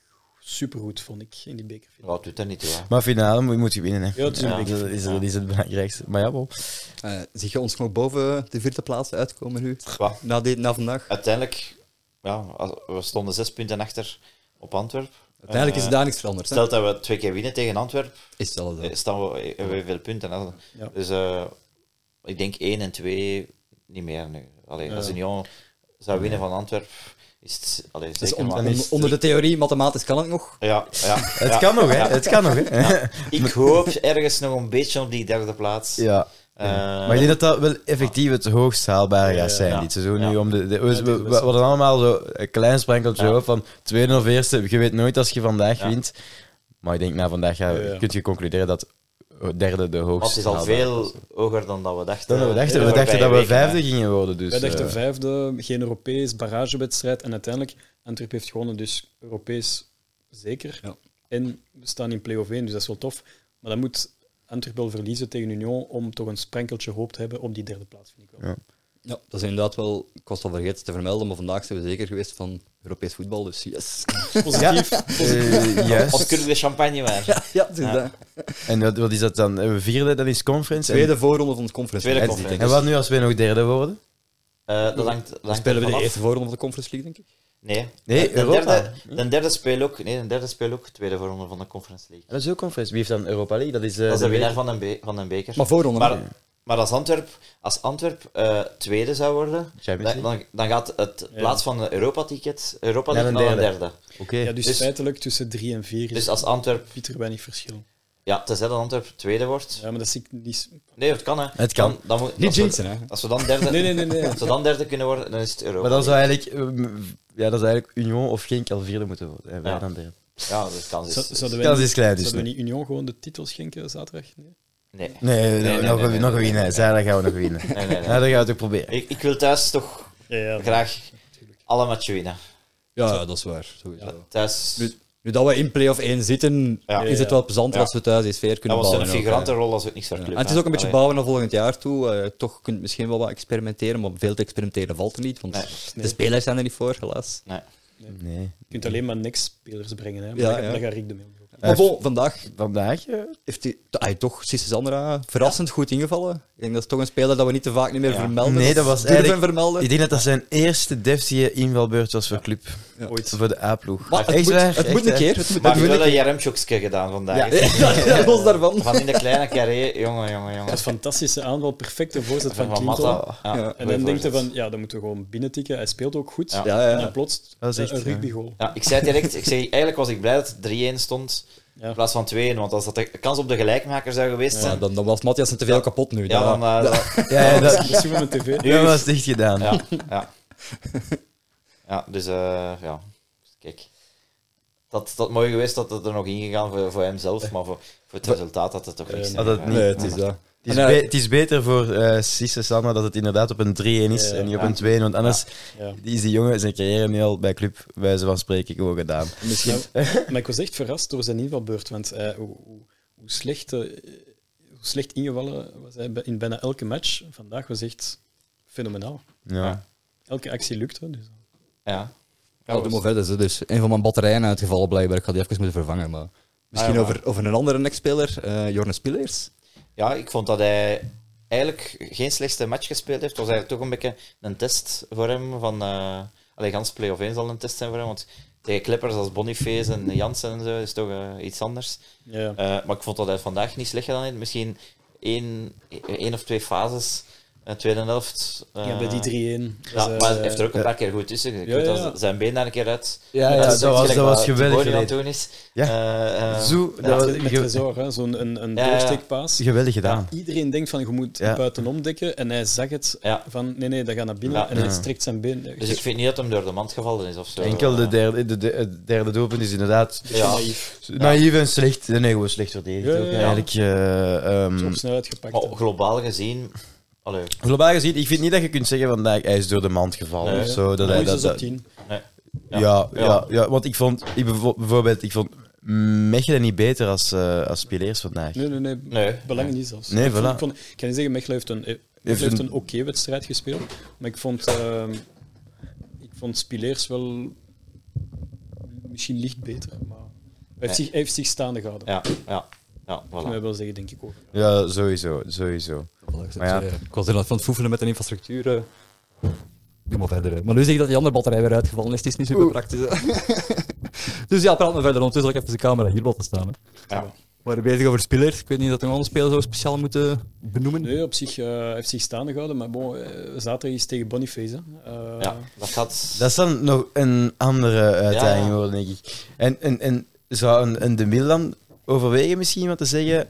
supergoed, vond ik, in die beker. Ja, het doet dat niet toe. Hè. Maar finale moet, moet je winnen. Hè. Ja, het is een Ja. beker. Dat is, dat is het belangrijkste. Maar ja, wel. Uh, zie je ons nog boven de vierde plaats uitkomen nu? Ja. Na, dit, na vandaag? Uiteindelijk, ja, we stonden zes punten achter op Antwerpen. Uiteindelijk is er Uh, daar niks veranderd. Hè? Stel dat we twee keer winnen tegen Antwerpen, Is hetzelfde. eh, staan we, hebben we veel punten. Hè. Ja. Dus uh, ik denk één en twee niet meer nu. Allee, Ja. Als Union zou winnen van Antwerpen, is het... Allee, Dus zeker on- maar- on- onder de theorie, mathematisch kan het nog. Ja, ja, Het ja. kan nog, hè? Ja. Het kan nog, hè? Ik hoop ergens nog een beetje op die derde plaats. Ja. Uh, Maar ik denk dat dat wel effectief het hoogst haalbare gaat zijn Ja. dit seizoen. Ja. Nu om de, de, we, Ja, we, het is we best hadden allemaal zo een klein sprankeltje Ja. op van tweede of eerste. Je weet nooit als je vandaag Ja. wint. Maar ik denk na vandaag ga, Ja, ja. kun je concluderen dat derde de Want hoogst het is al haalbare veel was. hoger dan dat we dachten. Dan dat we dachten, de we dachten dat we voorbije weken, vijfde gingen worden. Dus, Wij dachten eh, vijfde, geen Europees, barragewedstrijd. En uiteindelijk, Antwerpen heeft gewonnen, dus Europees zeker. Ja. En we staan in play-off één, dus dat is wel tof. Maar dan moet Antwerpen wel verliezen tegen Union om toch een sprenkeltje hoop te hebben op die derde plaats, vind ik wel. Ja. Ja, dat is inderdaad wel... Ik was al vergeten te vermelden, maar vandaag zijn we zeker geweest van Europees voetbal, dus yes. Positief. eh, juist. Als kunnen de champagne maar. Ja, ja, het is Ja. dat. En wat, wat is dat dan? Hebben we vierde, dat is conference. En- Tweede voorronde van de conference Tweede League. conference. En wat nu als wij nog derde worden? Uh, dat hangt, dat Dan hangt spelen we de ervan af. eerste voorronde van de conference league, denk ik. Nee, Nee, de, Europa. derde, de derde speel ook. Nee, de derde speel ook. Tweede voorronde van de Conference League. Dat is ook conference. Wie heeft dan Europa League? Dat is, eh, Dat is de winnaar beker. van een, be van een beker. Maar voorronde. Maar, hè? maar als Antwerp, als Antwerp uh, tweede zou worden, Champions dan, League. dan, dan gaat het Ja. plaats van de Europa-ticket Europa Naar League een naar een derde. derde. Oké. Ja, dus, Dus- feitelijk tussen drie en vier is Dus als Antwerp, Pieter weinig verschil. ja, tenzij dat Antwerp tweede wordt. Ja, maar dat zie ik niet... Nee, het kan hè. Het kan. Dan, dan moet, Niet als we- jinxen, hè. Als we dan derde, Nee, nee, nee. nee. als we dan derde kunnen worden, dan is het Europa. Maar dan zou League. eigenlijk, eh, ja, dat zou eigenlijk Union of Genk al vierde moeten worden. En wij Ja. dan derde. Ja, de kans is... Zou- Zouden Kans wij, is klein, dus zouden we nee. niet Union gewoon de titel schenken zaterdag? Nee. Nee. Nee, nee, nog, nee, nog, nee, nog nee. winnen. Zaterdag gaan we nog winnen. Nee, nee, nee. Ja, dan gaan we het ook proberen. Ik, ik wil thuis toch Ja, ja, graag alle matchen winnen. Ja, ja, dat is waar. Sowieso. Thuis... Nu, nu dat we in play-off één zitten, Ja. is het wel plezanter Ja. als we thuis eens veer Dat kunnen was bouwen. een ook, figurante hè. rol als we het niks voor Ja. club. En het is hè. ook een beetje Allee. bouwen naar volgend jaar toe. Eh, toch kun je misschien wel wat experimenteren, maar veel te experimenteren valt er niet, want Nee. de spelers zijn er niet voor, helaas. Nee. Nee. Je kunt alleen maar niks-spelers brengen. Hè. Maar Ja, ja, ja. Dan gaat Rick de Meel. Maar bon, vandaag Vandaag? eh, heeft hij ah, toch Sisse Sandra verrassend goed ingevallen. Ik denk dat is toch een speler dat we niet te vaak niet meer Ja. vermelden. Nee, of dat was durven eigenlijk- vermelden. Ik denk dat dat zijn eerste deftige invalbeurt was voor club. Ja. Ooit. Voor de A-ploeg. Maar het Echt moet, waar, het echt moet een waar. keer. Het moet, Maar het ik moet heb een wel een keer. Jaremchukske gedaan vandaag. Ja. hè. Ja, los daarvan. Van in de kleine carré, jongen, jongen, jongen. Dat is een fantastische aanval, perfecte voorzet van, Van Clinton. Matta. Ja, Ja. En goeie dan denk je voorzet. van, ja, dan moeten we gewoon binnentikken. Hij speelt ook goed. Ja. Ja, ja, En ja. dan plots Dat is echt, een ja. rugbygoal. Ja, ik zei direct, ik zei, eigenlijk was ik blij dat het drie-één stond Ja. in plaats van twee-één, want als dat de kans op de gelijkmaker zou geweest Ja, zijn, dan, dan was Matthias te veel kapot nu. ja, dan... Dat- eh, dat- Ja, ja, dat, Dat zien we met tv. dat was dicht gedaan. ja, ja. Ja, dus eh, ja, kijk. Dat dat mooi geweest dat het er nog ingegaan voor, voor hemzelf, maar voor, voor het resultaat had het toch niks. Eh, hè. had het niet. Nee, het is dat. Het is, En, eh, be- het is beter voor eh Sisse Sanna dat het inderdaad op een drie-één is Ja, en niet op ja. een twee-één, want anders Ja. is die jongen zijn carrière nu al bij club, bij wijze van spreken, gewoon gedaan. Misschien. Maar ik was echt verrast door zijn invalbeurt, want eh, hoe, hoe, hoe, slecht, eh, hoe slecht ingevallen was hij bij- in bijna elke match. Vandaag was echt fenomenaal. Ja. Ja. Elke actie lukte. Dus. Ja. Ja, doe maar verder. Hè. Dus een van mijn batterijen uitgevallen blijkbaar. Ik ga die even moeten vervangen. Maar misschien Ah, ja, maar- over, over een andere nekspeler, uh, Jorne Spileers. Ja, ik vond dat hij eigenlijk geen slechtste match gespeeld heeft. Het was eigenlijk toch een beetje een test voor hem. Van, uh, allee, gans play-off één zal een test zijn voor hem. Want tegen klippers als Boniface en Jansen en zo is toch uh, iets anders. Ja. Uh, maar ik vond dat hij vandaag niet slecht gedaan heeft. Misschien één, één of twee fases. Uh, tweede helft. Uh, ja, bij die drie-één. Ja, Dus, eh, maar hij heeft er ook een paar keer goed tussen. Ik Ja, weet ja. dat zijn been daar een keer uit. Ja, ja, is dat echt was, gelijk dat was wat geweldig Thibaut aan het gedaan. doen is. Ja. Uh, uh, Zo, ja. dat was met met ge- Trezor, hè, zo'n een, een Ja, ja. doorsteekpaas. geweldig gedaan. Iedereen denkt van, je moet Ja. buitenom dekken. En hij zag het Ja. van, nee, nee, dat gaat naar binnen. Ja. En hij Ja. strekt zijn been. Dus ik vind niet dat hem door de mand gevallen is of zo. Enkel de Uh, derde, de, de, het derde doelpunt is inderdaad Ja. naïef. naïef en slecht. Nee, gewoon slecht verdedigd Ja, ja, ook ja. eigenlijk. eh, ehm, Op snelheid gepakt. Maar hè. globaal gezien... Allee, globaal gezien, ik vind niet dat je kunt zeggen vandaag hij is door de mand gevallen Nee. of zo. Dat hij, Hoe is dat, het op dat, tien? nee. ja, Ja. ja. Ja, ja, want ik vond ik bevo- bijvoorbeeld, ik vond Mechelen niet beter als, uh, als Spileers vandaag. Nee, nee, nee. Nee. Belangen niet zelfs. Nee, ik, vond, voilà. ik, vond, ik kan niet zeggen, Mechelen heeft een, eh, Heeft Mechelen heeft een- een oké wedstrijd gespeeld. Maar ik vond, uh, ik vond Spileers wel misschien licht beter. Maar heeft, zich, hij heeft zich staande gehouden. Ja, ja. Ja, Dat kan voilà. je wel zeggen, denk ik ook. Ja, sowieso. sowieso. Maar ja. Ik was inderdaad van het foefelen met een infrastructuur. uh, Doe maar verder. hè. Maar nu zeg je dat die andere batterij weer uitgevallen is. Het is niet super praktisch. hè. Dus ja, praat maar verder. Ondertussen zal ik even de camera hier laten staan. Hè. Ja. We waren bezig over spelers. Ik weet niet dat we een andere speler zo speciaal moeten benoemen. Nee, op zich uh, heeft zich staande gehouden, maar bon, uh, zaterdag is tegen Boniface. Hè. Uh, Ja, dat gaat... Dat is dan nog een andere uitdaging Ja. worden, denk ik. En, en, en zou een, een De Mil dan overwegen misschien wat te zeggen...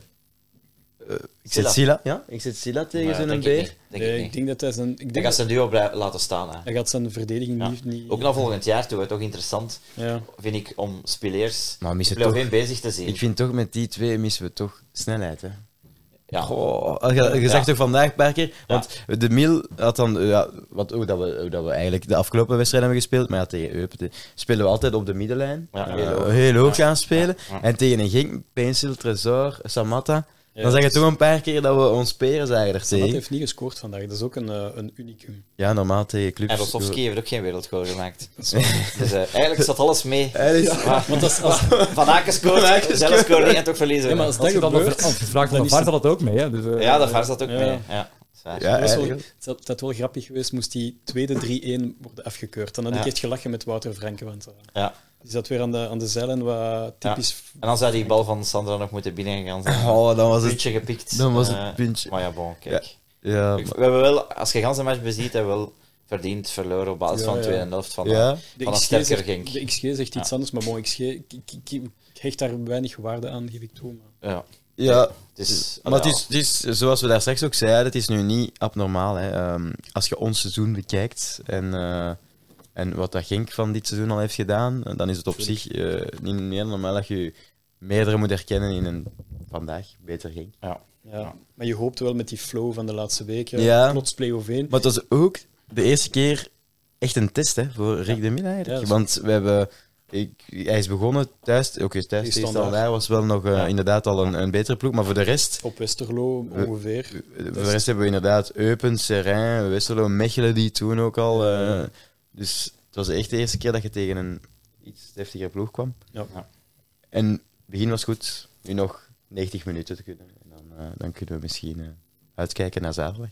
Uh, ik zet Silla. Silla, ja? Ik zet Silla tegen Maar zo'n denk ik beer. niet. Denk nee, ik ik niet. denk dat hij zijn... Ik Ik denk ga zijn dat, duo blij- laten staan. Hè. hij gaat zijn verdediging Ja. niet... niet Ook naar volgend jaar toe, hè. Toch interessant, ja. vind ik, om spelers Maar op missen play-off toch... één bezig te zien. Ik vind toch met die twee missen we toch snelheid, hè? Ja. Goh, je, je Ja. zegt toch vandaag een paar keer, want De Mil had dan, uh, ja, wat, hoe, dat we, hoe dat we eigenlijk de afgelopen wedstrijd hebben gespeeld, maar ja, tegen Eupen te- spelen we altijd op de middenlijn, Ja, uh, heel hoog. heel hoog gaan spelen. Ja. En tegen een Genk, Pencil, Tresor, Samatta, Ja, dan zeg je het toch een paar keer dat we ons peren zagen er Samat tegen. heeft niet gescoord vandaag, dat is ook een, uh, een unicum. Ja, normaal tegen clubs. En Rosowski heeft ook geen wereldgoal gemaakt. Dus uh, eigenlijk zat alles mee. Eigenlijk- Maar Want als, als, Van Aken scoort, zelf scoort niet en toch verliezen. ja, maar als Als je dat dan gebeurt... als je vraagt van dan de is vaart het- had dat ook mee. Hè. Dus, uh, Ja, de VAR zat ook Ja. mee. Ja, dat is waar. Ja, Dat is wel- eigenlijk. het had, het had wel grappig geweest, moest die tweede drie-een worden afgekeurd. Dan had ik Ja. echt gelachen met Wouter Franke, want uh, Ja. die zat weer aan de, aan de zijlijn, wat typisch... En dan zou die bal van Sandra nog moeten binnengegaan zijn. Oh, dan was het... Puntje gepikt. Dan was het Eh, puntje. Maar ja, bon, kijk. Ja, We hebben wel, als je de hele match beziet, hebben we wel verdiend verloren op basis Ja, van de ja. tweede helft van, Ja. eh, De van een X G sterker zegt, Genk. de X G zegt iets anders, maar bon, X G, ik, ik, ik, ik hecht daar weinig waarde aan, geef ik toe. Maar... Ja. ja. Het is, Maar het is, het is, zoals we daar straks ook zeiden, het is nu niet abnormaal. Hè. Ehm, als je ons seizoen bekijkt en, eh, en wat dat Genk van dit seizoen al heeft gedaan, dan is het op zich eh, niet, niet normaal dat je meerdere moet herkennen in een vandaag beter Genk. ja. Ja, maar je hoopt wel met die flow van de laatste weken, Ja. plots play-off één. Maar het was ook de eerste keer echt een test hè, voor Rick de Mil Ja, eigenlijk. dat is- Want we hebben, ik, hij is begonnen thuis, oké, okay, thuis Die tegen Standaard. Standaard was wel nog eh, Ja. inderdaad al een, een betere ploeg, maar voor de rest... Op Westerlo ongeveer. Voor de rest hebben we inderdaad Eupen, Serijn, Westerlo, Mechelen die toen ook al. eh, dus het was echt de eerste keer dat je tegen een iets deftiger ploeg kwam. Ja. Ja. En het begin was goed, nu nog negentig minuten te kunnen. En dan, eh, dan kunnen we misschien eh, uitkijken naar zaterdag.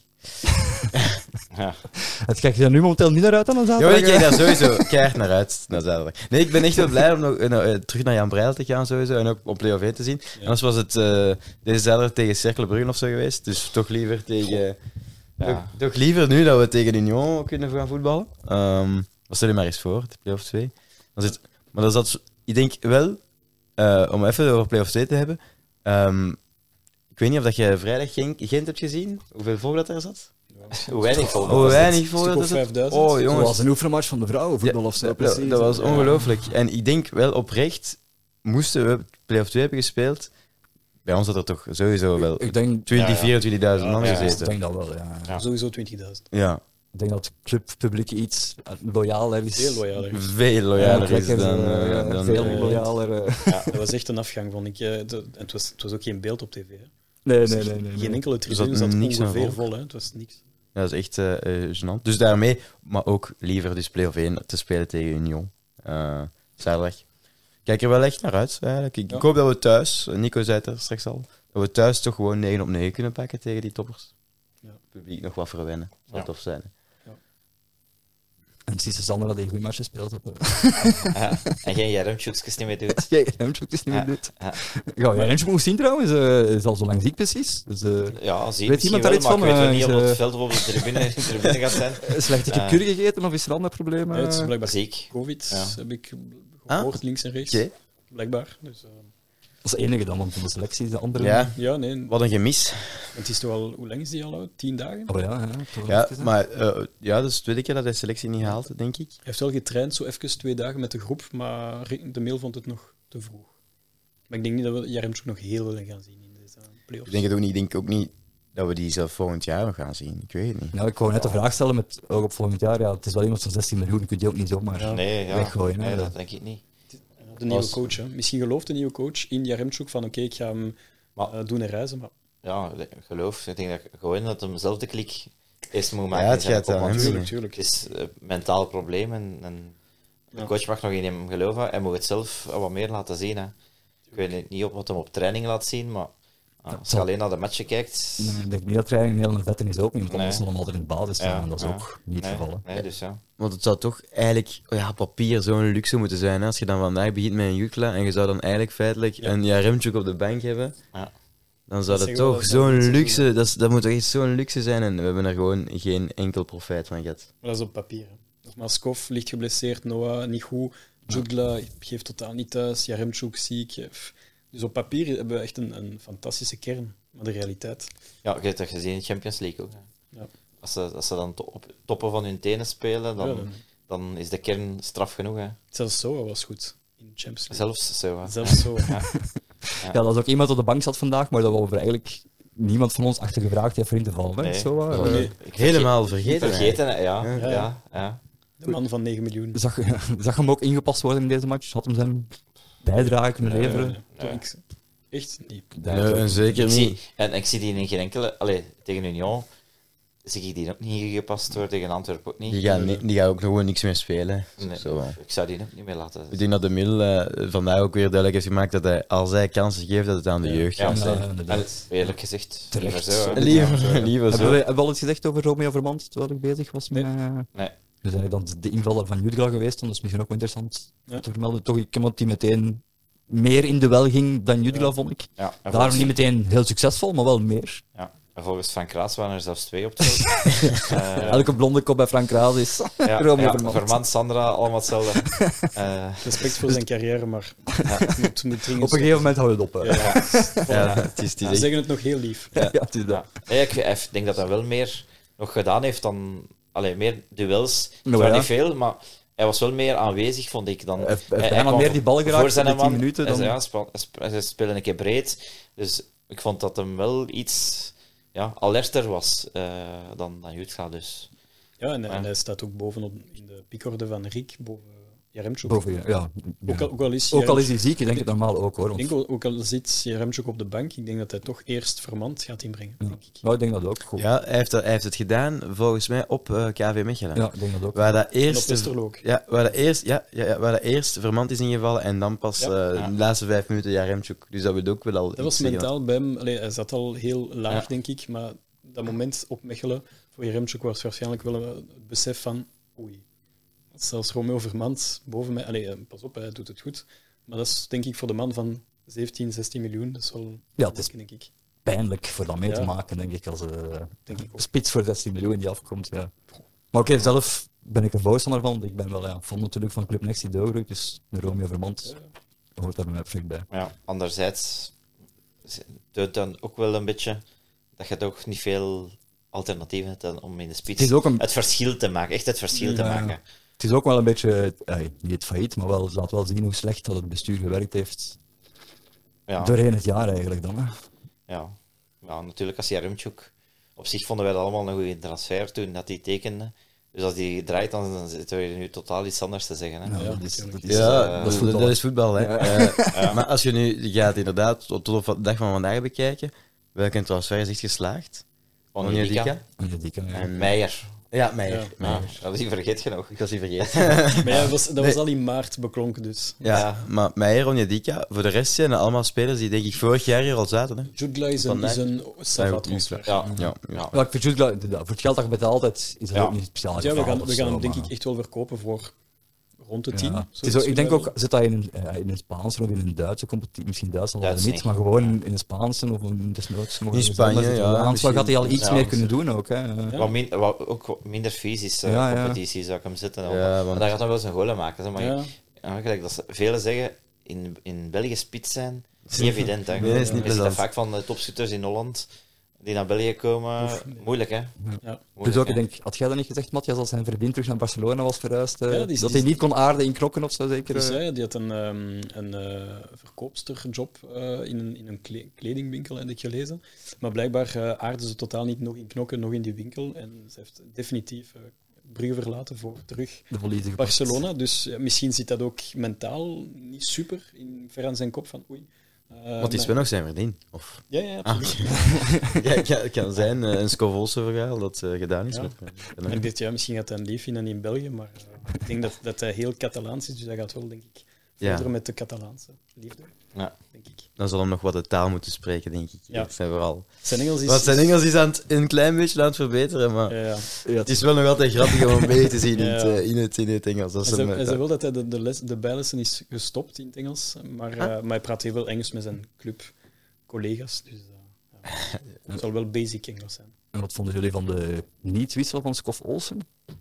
Ja. Het kijkt je er nu momenteel niet naar uit aan een Ja, zaterdag. maar ik kijk daar sowieso keihard naar uit, naar zaterdag. Nee, ik ben echt wel blij om nog, eh, eh, terug naar Jan Breil te gaan sowieso en ook op play-off één te zien. Anders was het eh, deze zaterdag tegen Cercle Brugge of zo geweest. Dus toch liever tegen... Ja. Toch, toch liever nu dat we tegen Union kunnen gaan voetballen. Um, stel je maar eens voor, de play-off twee. Dan zit, maar dan zat, ik denk wel, uh, om even over play-off twee te hebben. Um, ik weet niet of dat je vrijdag Genk, Gent hebt gezien. Hoeveel volk dat er zat? Hoe weinig volk Hoe was het? weinig volk Stuk dat of er zat. vijfduizend. Oh Zoals jongens, een oefenmatch van de vrouwenvoetbal Ja, of zo. dat, Precies. dat was Ja. ongelooflijk. En ik denk wel oprecht, moesten we play-off twee hebben gespeeld, bij ons had er toch sowieso wel Ik denk, twintig, Ja, ja. vierentwintigduizend man Ja, ja. ik gezeten. denk dat wel, ja. Ja. Sowieso twintigduizend. Ja, Ik denk dat het clubpubliek iets loyaler is. Heel loyaal. hè. veel loyaler Ja, is lekker, dan... eh, eh, dan veel eh, loyaler. eh. Ja, dat was echt een afgang, vond ik. eh, de- En het was, het was ook geen beeld op tv. Hè. Nee, nee, nee. nee, Geen nee. enkele zat tribune zat niks aan ongeveer volk. vol. Hè. Het was niks. Ja, dat is echt eh eh, gênant. Dus daarmee, maar ook liever dus play-off één te spelen tegen Union. Uh, zaterdag. Kijk er wel echt naar uit, eigenlijk. Ik, Ja. ik hoop dat we thuis, Nico zei het er straks al, dat we thuis toch gewoon negen op negen kunnen pakken tegen die toppers. Ja. Het publiek nog wat verwennen. Zou Ja. tof zijn. hè. En het is Sander dat hij een goed match speelt. eh. Ja. En geen Jaremtjoekjes niet meer doet. Jij Remtjoek is niet Ja. meer dit. Ja. Ja, ja, Remtjoek moet zien trouwens. eh, is al zo lang ziek precies. Dus eh Ja, zie Weet misschien iemand wel, daar iets maar van? ik weet wel Eh, niet is, of op het eh, veld of op de tribune, de tribune gaat zijn. slechte Eh. curry gegeten of is er ander probleem? Ja, het is eh? blijkbaar Ziek. COVID, Ja. heb ik Ah. gehoord, links en rechts. Oké. Blijkbaar. Dus, eh, Dat is de enige dan, want van de selectie is de andere. Ja, ja, nee. wat een gemis. Het is toch al... Hoe lang is die al oud? Tien dagen? Oh ja, ja, toch Ja, even, hè. maar eh, ja, dat is de tweede keer dat hij de selectie niet haalt, denk ik. Hij heeft wel getraind, zo even twee dagen met de groep, maar de mail vond het nog te vroeg. Maar ik denk niet dat we Jaremchuk nog heel willen gaan zien in deze playoffs. Ik denk het ook niet. Ik denk ook niet dat we die zelf volgend jaar nog gaan zien. Ik weet het niet. Nou, ik wou net de vraag stellen met oog op volgend jaar. Ja, het is wel iemand van zestien miljoen, je kunt die ook niet zomaar Ja. Nee, ja. weggooien. hè. nee, dat denk ik niet. De nieuwe Als- coach, hè. Misschien gelooft de nieuwe coach in Jaremchuk van oké, ik ga hem Maar- eh, doen en reizen, maar Ja, geloof. Ik denk dat gewoon dat hem zelf de klik eerst moet maken. Ja, het in zijn gaat kop, aan want hem tuurlijk, liggen. tuurlijk. Het is een mentaal probleem en, en de Ja. coach mag nog in hem geloven. Hij moet het zelf wat meer laten zien. Hè. Ik weet niet op wat hem op training laat zien, maar ah, Ja, als je zal- alleen naar de matchen kijkt... Nee, ik denk niet dat training heel een vetten is ook niet, want Nee. anders zal hem altijd in de basis staan. Ja, en dat is ja. ook niet het nee, geval. hè. nee, dus ja. Want het zou toch eigenlijk oh ja, op papier zo'n luxe moeten zijn. Hè? Als je dan vandaag begint met een Jutla en je zou dan eigenlijk feitelijk Ja. een Jaremchuk op de bank hebben, Ja. dan zou Dat dat zeggen we toch wel, zo'n dat is luxe, goed. dat, is, dat moet toch echt zo'n luxe zijn en we hebben er gewoon geen enkel profijt van gehad. Maar dat is op papier. hè. Maskov ligt geblesseerd, Noah niet goed, Jutla geeft totaal niet thuis, Jaremchuk ziek. eh, pff. Dus op papier hebben we echt een, een fantastische kern, maar de realiteit... Ja, je hebt dat gezien in de Champions League ook. Hè. Ja. Als, ze, als ze dan to- op toppen van hun tenen spelen, dan, Ja, dan- dan is de kern straf genoeg. Hè. Zelfs Soa was goed in de Champions League. Zelfs zo. Hè. Zelfs zo. Ja. Ja, dat is ook iemand op de bank zat vandaag, maar dat we over eigenlijk niemand van ons achter gevraagd heeft voor in te vallen. Hè? Nee. Zo, eh, Oh, nee. Ik Helemaal vergeten. Vergeten, hè, ja. Ja. ja. ja, ja. De man van negen miljoen. Zag, zag hem ook ingepast worden in deze match? Had hem zijn bijdrage kunnen Nee, leveren? nee, nee. Toch, ik- Echt niet. Daar- Nee, en zeker Ik zie, niet. en ik zie die in geen enkele... Allee, tegen Union zie ik die ook niet ingepast worden, tegen Antwerpen ook niet. Die gaan, niet- die gaan ook nog gewoon niks meer spelen. Nee, Zo, hè. ik zou die ook niet meer laten. Ik denk dat de Mil eh, vandaag ook weer duidelijk heeft gemaakt dat hij, als hij kansen geeft, dat het aan de jeugd Ja, gaat Ja, zijn. En, inderdaad. eerlijk gezegd, Terecht. liever zo. hè. Liever, liever Hebben zo. we, hebben we al iets gezegd over Romeo Vermand, terwijl ik bezig was met... Nee. eh, Nee. We zijn dan de invaller van Jutgla geweest, dan dat is misschien ook wel interessant Ja. te vermelden. Toch iemand die meteen meer in de wel ging dan Jutgla, Ja. vond ik. Ja, en Daarom volgens, niet meteen heel succesvol, maar wel meer. ja, en volgens Frank Kraas waren er zelfs twee op het veld. Eh, Elke blonde kop bij Frank Raas is ja, Romeo ja, Vermand. Vermand, Sandra, allemaal hetzelfde. Eh, Respect voor zijn carrière, maar het moet, moet dringend Op een gegeven moment houdt het op. hè. Ja, Ja, het is, het is Ze echt- zeggen het nog heel lief. Ja, het is dat. ja. Nee, ik, ik denk dat hij wel meer nog gedaan heeft dan... Allee, meer duels. Het Nou waren ja. niet veel, maar hij was wel meer aanwezig, vond ik. Dan, Hij heeft- hij hij- heeft hij bijna kwam meer die bal geraakt voor zijn in die tien man. minuten Hij- dan- Ja, spa- sp- ze spelen een keer breed. Dus ik vond dat hem wel iets ja, alerter was eh, dan, dan Jutgla. Dus. Ja, en, en Ja. hij staat ook bovenop in de piekorde van Riek, boven Jaremchuk. Boven, ja. ja. Ook, al, ook al is Ook al is Jaremchuk- hij ziek, ik denk het normaal ook hoor. ik Want, denk ook, ook al zit Jaremchuk op de bank, ik denk dat hij toch eerst Vermand gaat inbrengen. ja. Denk ik. Nou, ik denk dat ook. Goed. Ja, hij heeft, dat, hij heeft het gedaan, volgens mij, op eh, K V Mechelen. Ja, ik denk dat ook. Waar dat En op eerst, Westerlo ook. ja, waar dat eerst, ja, ja, ja, waar dat eerst Vermand is ingevallen en dan pas Ja. eh, Ja. de laatste vijf minuten Jaremchuk. Dus dat wil ook wel al Dat was iets zeggen. mentaal bij hem. Allee, hij zat al heel laag, Ja. denk ik. Maar dat moment op Mechelen voor Jaremchuk was waarschijnlijk wel een- het besef van oei. Zelfs Romeo Vermand boven mij. Allee, eh, pas op, hij doet het goed. Maar dat is denk ik voor de man van zeventien, zestien miljoen. Dat is wel Ja, het is denk ik. pijnlijk voor dat mee te Ja. maken, denk ik, als eh, Denk ik ook. spits voor zestien miljoen die afkomt. Ja. Maar oké, zelf ben ik er voorstander van. Ik ben wel ja, fan natuurlijk van Club Next die doorgroeit, dus de Romeo Vermand hoort daar bij mij perfect bij. Ja, anderzijds toont dan ook wel een beetje dat je toch niet veel alternatieven hebt dan om in de spits Het is ook een- het verschil te maken. Echt het verschil te Ja. maken. Het is ook wel een beetje, eh, niet het failliet, maar wel, laat wel zien hoe slecht dat het bestuur gewerkt heeft Ja. doorheen het jaar eigenlijk dan. Hè. Ja. Ja, natuurlijk als Jaremchuk... Op zich vonden wij dat allemaal een goede transfer toen dat hij tekende. Dus als hij draait, dan dan zitten we nu totaal iets anders te zeggen. Hè. Ja, Ja, dat is, dat natuurlijk. is, Ja, eh, dat, dat is is voetbal. dat is voetbal. Hè. Eh, Maar als je nu je gaat inderdaad tot, tot op de dag van vandaag bekijken, welke transfer is echt geslaagd? Onyedika Ja, die kan, ja. En Meijer. Ja, Meijer. Ja. Meijer. Ah, dat is die vergeet je nog. Ik was die vergeten. Maar ja, was, dat was Nee. al in maart beklonken, dus. Ja, Ja. maar Meijer, Onyedika, voor de rest zijn het allemaal spelers die denk ik vorig jaar hier al zaten. Hè. Jutgla is een, Vandaag- is een Sava-transfer. Ja. Ja, Ja. Ja, ik vind Jutgla, inderdaad, voor het geld dat je betaalt, het is dat Ja. ook niet speciaal. Ja, we gefaald gaan, of we gaan zo, hem denk maar- ik echt wel verkopen voor rond de tien. Ja. Het is ook, ik denk ook, zit dat in een, eh, in een Spaanse of in een Duitse competitie, misschien Duitsland al Duits niet, niet. maar gewoon in een Spaanse of in desnoods. In Spanje, ja, Aanslag misschien. had hij al iets Ja. meer kunnen doen ook. Hè. Ja. Wat min, wat, ook wat minder fysische Ja, ja. competitie zou ik hem zitten. Ja, maar want- daar gaat hij wel zijn golen maken. Zeg maar Ja. ja, gelijk dat ze, velen zeggen, in, in België spits zijn, is niet evident. Hè. Nee, is niet Je ziet plezant. dat vaak van de topschutters in Holland, die naar België komen. Oef, nee. Moeilijk, hè? Ja. Dus Moeilijk, ook, hè. ik denk, had jij dat niet gezegd, Matthias, als zijn vriendin terug naar Barcelona was verhuisd, eh, Ja, die is- dat die hij is- niet kon aarden in Knokken of zo zeker? Die eh? zei, die had een, ehm, een eh, verkoopsterjob eh, in een, in een kle- kledingwinkel, heb ik gelezen. Maar blijkbaar uh, aarde ze totaal niet nog in Knokken, nog in die winkel. En ze heeft definitief uh, Brugge verlaten voor terug de volledige Barcelona. Dus ja, misschien zit dat ook mentaal niet super in, ver aan zijn kop van oei. Uh, Want die is maar- wel nog zijn vriendin. Of... Ja, ja, Ah, absoluut. ja, het kan- het kan zijn, eh, een Scovolse verhaal dat eh, gedaan is. Ja. Met, met- En ik dacht, ja, misschien gaat hij een lief vinden in België, maar uh, ik denk dat, dat hij heel Catalaans is, dus hij gaat wel, denk ik, verder Ja. met de Catalaanse liefde, Ja. denk ik. Dan zal hem nog wat de taal moeten spreken, denk ik. Ja. Dat zijn vooral. Zijn Engels is... Want zijn Engels is aan het, een klein beetje aan het verbeteren, maar Ja, ja. Ja, het is wel nog altijd grappig om hem mee te zien in, Ja, het, ja. eh, in, het, in het Engels. Dat is Hij hem, zei, hij eh, zei wel dat hij de, de, les, de bijlessen is gestopt in het Engels, maar, uh, maar hij praat heel veel Engels met zijn clubcollega's. Dus uh, ja. het zal wel basic Engels zijn. En wat vonden jullie van de niet-wissel van Skov Olsen?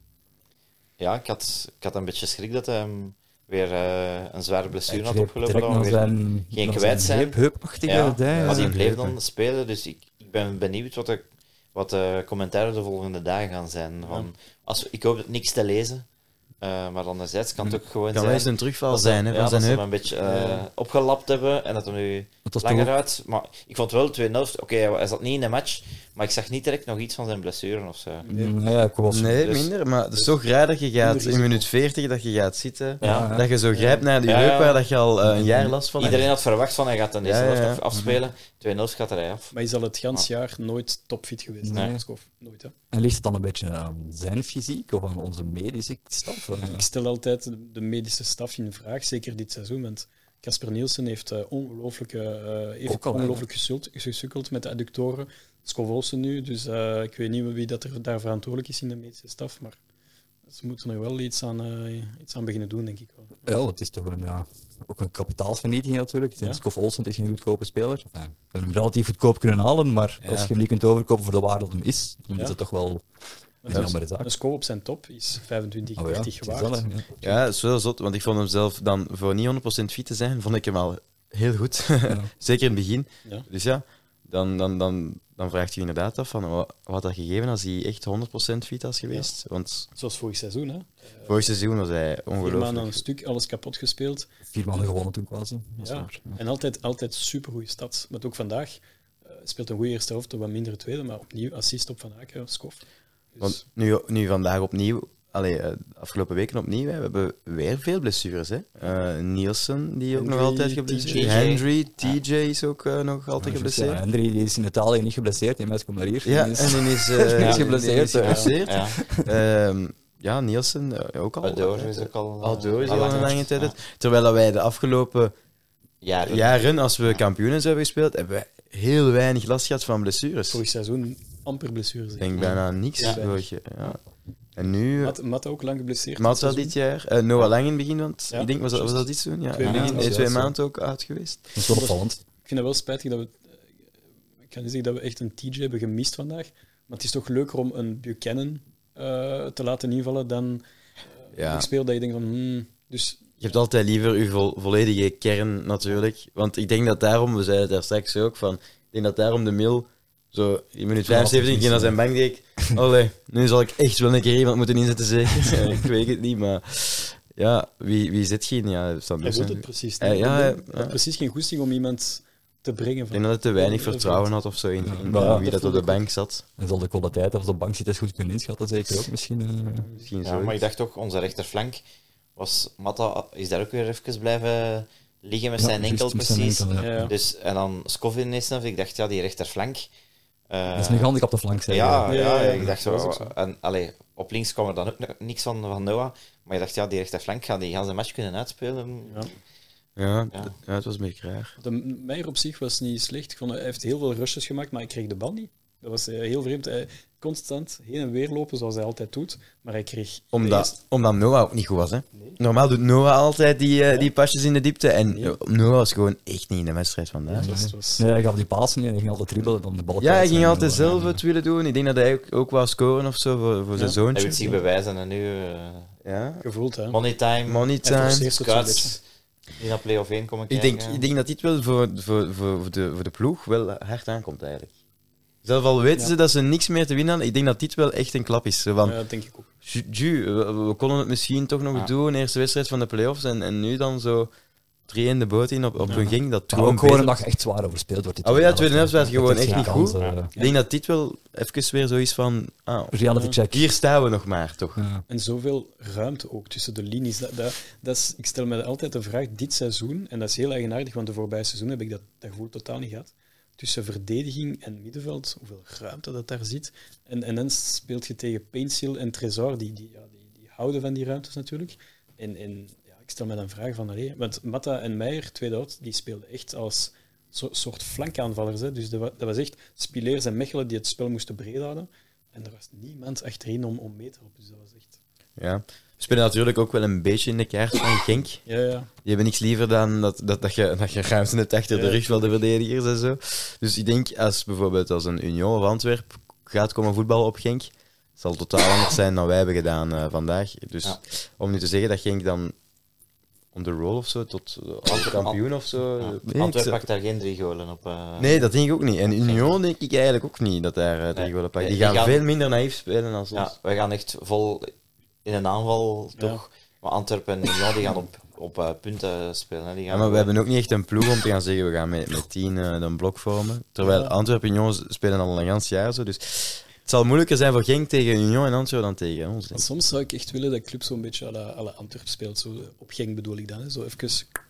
Ja, ik had, ik had een beetje schrik dat hij hem weer uh, een zware blessure had Hij greep opgelopen. direct Dat we naar weer zijn, geen naar kwijt zijn zijn. Heup, heupachtige Ja, dij. maar die Ja, bleef heup. dan spelen, dus ik, ik ben benieuwd wat de, wat de commentaren de volgende dagen gaan zijn. Van, als, ik hoop dat niks te lezen, uh, maar anderzijds kan het ook gewoon kan wel zijn... eens een terugval dat zijn, ze- hè, ja, van zijn dat ze heup. hem een beetje uh, opgelapt hebben en dat hem nu Het was langer toch- uit. Maar ik vond wel twee nul. Oké, okay, hij zat niet in de match, maar ik zag niet direct nog iets van zijn blessure of zo. Mm, Ja, ik was... Nee, Dus- minder. Maar het is toch raar dat je gaat Minder in minuut veertig dat je gaat zitten. Ja. Dat je zo grijpt naar die Ja, ja. heup waar dat je al eh, een jaar last van hebt. Iedereen had verwacht van hij gaat dan deze Ja, ja, helft ja. af- afspelen. twee nul gaat er af. Maar hij is al het gans jaar nooit topfit geweest. Nee. Nee. Skov. Nooit, hè. En ligt het dan een beetje aan zijn fysiek of aan onze medische staf? Ik stel altijd de medische staf in vraag, zeker dit seizoen, want Casper Nielsen heeft uh, ongelooflijk, uh, heeft Ook al, hè. ongelooflijk gesult- gesukkeld met de adductoren. Skov Olsen nu, dus uh, ik weet niet wie dat er daar verantwoordelijk is in de medische staf, maar ze moeten er wel iets aan, uh, iets aan beginnen doen, denk ik wel. Ja, het is toch een, ja, ook een kapitaalsvernietiging natuurlijk. Ja. Skov Olsen is geen goedkope speler. Enfin, we hebben hem relatief goedkoop kunnen halen, maar Ja. als je hem niet kunt overkopen voor de waarde dat hem is, dan Ja. is dat toch wel een Ja. jammere zaak. Een score op zijn top is vijfentwintig, Oh ja, dertig het is waard. dat, hè, ja. Ja, dat is wel zot, want ik vond hem zelf dan voor niet honderd procent fit te zijn, vond ik hem al heel goed. Zeker in het begin. Ja. Dus ja, dan, dan, dan, dan vraagt je inderdaad af van wat, wat had dat gegeven als hij echt honderd procent fit was geweest. Want Zoals vorig seizoen, hè. vorig seizoen was hij Vier maanden aan een ongelooflijk. stuk, alles kapot gespeeld. Vier maanden gewonnen toen quasi. Dat is Ja. waar. Ja. En altijd, altijd supergoeie stats. Maar ook vandaag uh, speelt een goede eerste helft, een wat mindere tweede, maar opnieuw assist op Van Aken, Skov. Dus, Want nu, nu vandaag opnieuw, allee, eh, de afgelopen weken opnieuw, hè, we hebben weer veel blessures. Hè. Eh, Nielsen, die ook nog Hendry, altijd T J. geblesseerd is. Henry, T J is ook eh, nog altijd Ja, geblesseerd. Ja, Hendry die is in Italië niet geblesseerd, die mensen komen naar hier. Ja, Die is- en dan is, eh, Die is die geblesseerd, is ja. geblesseerd. Ja. Ehm, ja, Nielsen eh, ook al. Ador is ook al... uh, Aldo is al al een langer. lange tijd Ja. uit. Terwijl dat wij de afgelopen Jaren. jaren, als we kampioenen hebben gespeeld, hebben wij heel weinig last gehad van blessures. vorig seizoen amper blessures. Ik denk bijna niks. Ja. vorig jaar, ja. En nu... Matt, Matt ook lang geblesseerd. Matta dit dit seizoen. jaar. Eh, Noah Lang in het begin, want Ja, ik denk, was dat, was juist. dat iets toen? Ja, Twee in het begin, maanden, eh, twee ja, maanden ook uit geweest. Dat is wel opvallend. Ik vind het wel spijtig dat we... Ik kan niet zeggen dat we echt een T J hebben gemist vandaag, maar het is toch leuker om een Buchanan uh, te laten invallen dan uh, Ja. een speler dat je denkt van... Hmm, dus Je hebt altijd liever je vo- volledige kern, natuurlijk. Want ik denk dat daarom, we zeiden het daar straks ook, van, ik denk dat daarom de Mil zo in minuut vijfenzeventig ging naar zijn bank deed. Allee, nu zal ik echt wel een keer iemand moeten inzetten, zeker. Ja, ik weet het niet, maar ja, wie, wie zit geen? Ja, dat staat hij dus wil een- het precies Eh, niet. ja, Hij ja, had ja. precies geen goesting om iemand te brengen. Ik Van, denk dat hij te weinig Ja, vertrouwen had of zo in, in Maar ja, wie dat dat op de voelde ik bank zat. En zal de kwaliteit of de bank zit eens goed kunnen inschatten, zeker ook misschien. eh. Misschien Ja, zo. maar ik dacht toch, onze rechterflank was... Matta is daar ook weer even blijven liggen met Ja, zijn enkel, juist met zijn precies. enkel, ja. Ja, ja. Dus, en dan Skov in eerste helft. Ik dacht, ja, die rechterflank... eh, Dat is een gehandicapte flank, zeg. ja, Ja, ja, ja, ja, ik dacht dat was zo. ook zo. En, allee, op links kwam er dan ook nog niks van, van Noah. Maar je dacht, ja, die rechterflank gaat die ganse match kunnen uitspelen. Ja. Ja, Ja. d- ja, het was een beetje raar. De Meijer op zich was niet slecht. Ik vond, hij heeft heel veel rushes gemaakt, maar hij kreeg de bal niet. Dat was eh, heel vreemd. Hij, constant heen en weer lopen, zoals hij altijd doet. Maar hij kreeg... Omdat, omdat Noah ook niet goed was. Hè? Normaal doet Noah altijd die, eh, die pasjes in de diepte. En Nee. eh, Noah was gewoon echt niet in de wedstrijd vandaag. Het was, het was, Nee, hij gaf die pasen niet en hij ging altijd dribbelen dan de bal Ja, kwijt hij ging zijn. altijd Ja. zelf het willen doen. Ik denk dat hij ook, ook wou scoren of zo voor, voor zijn Ja. Hij wil zoontje. zich bewijzen en nu... eh, Ja. gevoeld, hè. money time, Money Hij time. forceert het zo'n beetje. scouts die naar play-off één komen Ik kijken. denk, ik denk dat dit wel voor, voor, voor, voor de, voor de ploeg wel hard aankomt eigenlijk. Zelf al weten Ja. ze dat ze niks meer te winnen hadden, ik denk dat dit wel echt een klap is. Zo van, Ja, dat denk ik ook. ju, ju, we, we konden het misschien toch nog Ja. doen, eerste wedstrijd van de play-offs, en, en nu dan zo drie in de boot in op, op Ja. hun ging. Dat Maar gewoon ook gewoon beter- een dag echt zwaar overspeeld wordt. die Oh ja, tweede tweede helft was helft. gewoon Dat is echt geen niet kans, goed. eh. Ik denk dat dit wel even weer zo is van, ah, Reality check. hier staan we nog maar, toch? Ja. En zoveel ruimte ook tussen de linies. Dat, dat, dat is, ik stel me altijd de vraag, dit seizoen, en dat is heel eigenaardig, want de voorbije seizoen heb ik dat, dat gevoel totaal niet gehad, tussen verdediging en middenveld, hoeveel ruimte dat daar zit. En, en dan speelt je tegen Paintsil en Trésor, die, die, ja, die, die houden van die ruimtes natuurlijk. En, en ja, ik stel me dan vragen van, allee, want Matta en Meijer, tweede helft, die speelden echt als so, soort flankaanvallers. Hè. Dus dat was, dat was echt Spileers en Mechelen die het spel moesten breed houden. En er was niemand achterin om, om mee te helpen. Dus dat was echt... Ja. We spelen natuurlijk ook wel een beetje in de kaart van Genk. Ja, ja. Die hebben niks liever dan dat, dat, dat, je, dat je ruimte hebt achter de Ja. rug van de verdedigers en zo. Dus ik denk, als bijvoorbeeld als een Union of Antwerp gaat komen voetballen op Genk, het zal totaal anders zijn dan wij hebben gedaan uh, vandaag. Dus Ja. om nu te zeggen dat Genk dan on the roll of zo, tot uh, kampioen of zo... Ja. nee, ik Antwerpen zou- pakt daar geen drie golen op. Uh, Nee, dat denk ik ook niet. En Union denk ik eigenlijk ook niet dat daar uh, drie Nee. golen pakken. Nee, Die die gaan gaan- veel minder naïef spelen dan ons. Ja, wij gaan echt vol in een aanval, toch? Maar Antwerpen en Union die gaan op, op uh, punten spelen. Hè. Die gaan Ja, maar we hebben ook niet echt een ploeg om te gaan zeggen, we gaan met, met tien uh, een blok vormen. Terwijl Ja. Antwerpen en Union spelen al een gans jaar zo. Dus het zal moeilijker zijn voor Genk tegen Union en Antwerpen dan tegen ons. Denk Maar ik. soms zou ik echt willen dat de club zo'n beetje à la, à la Antwerp speelt. Zo, op Genk bedoel ik dan. Hè. Zo even...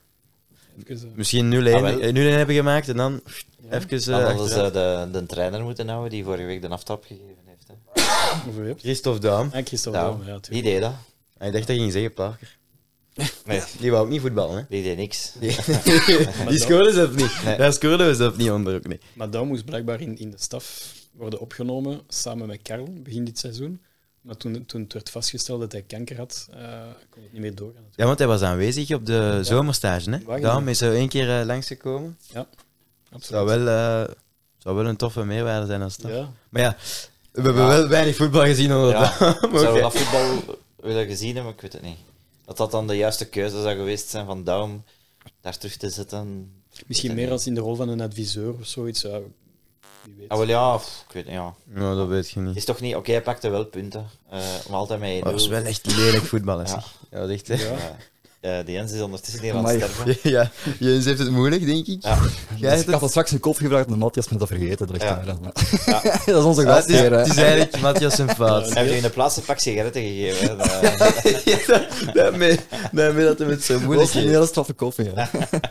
even uh, Misschien nul één Ah, wel. eh, nul één hebben gemaakt en dan Ja. even... Uh, Dan hadden ze achteruit. de, de trainer moeten houden die vorige week de aftrap gegeven heeft. Hè. over je hebt. Christophe Daum. Ah, Christophe Ja, Daum, ja, die tuurlijk. deed dat. Hij dacht dat ging zeggen Parker. Nee, Die wou ook niet voetballen, hè? die deed niks. Die, die scoorde zelf niet. Nee. Daar scoorden we zelf niet onder ook niet. Maar Daum moest blijkbaar in, in de staf worden opgenomen, samen met Karl, begin dit seizoen. Maar toen, toen het werd vastgesteld dat hij kanker had, uh, kon het niet meer doorgaan. Ja, want hij was aanwezig op de zomerstage, hè? Wagen. Daum is zo één keer uh, langsgekomen. Ja, Het zou absoluut. wel, uh, zou wel een toffe meerwaarde zijn als staf. Ja. Maar ja, we hebben Ja. wel weinig voetbal gezien onder Ja, Daum. ik zou Oké. dat voetbal willen gezien hebben, ik weet het niet. Dat dat dan de juiste keuze zou geweest zijn van Daum daar terug te zetten. Misschien weet meer het als in de rol van een adviseur of zoiets. Ja, wie weet. Ah, wel ja, pff, ik weet niet, ja. Nou, dat weet je Het niet. is toch niet... Oké, hij pakte wel punten, uh, maar altijd met één Maar dat is nul. wel echt lelijk voetballen, Ja. zeg. Ja, dat is echt, hè. Ja. Ja, uh, die Jens is ondertussen hier aan het Amai. sterven. Ja, Jens heeft het moeilijk, denk ik. Ja. Jij Dus hebt ik had het... dat straks een kop gevraagd aan Matthias, maar dat vergeten. Dat, Ja. ja. Ja. dat is onze Ah, gast het, is, hier. hè. het is eigenlijk Matthias zijn fout. Hij heeft u in de plaats een pak sigaretten gegeven. Hè. Dat- Daarmee, daarmee dat hij het zo Dat moeilijk was een heeft. hele straffe koffie. Ja.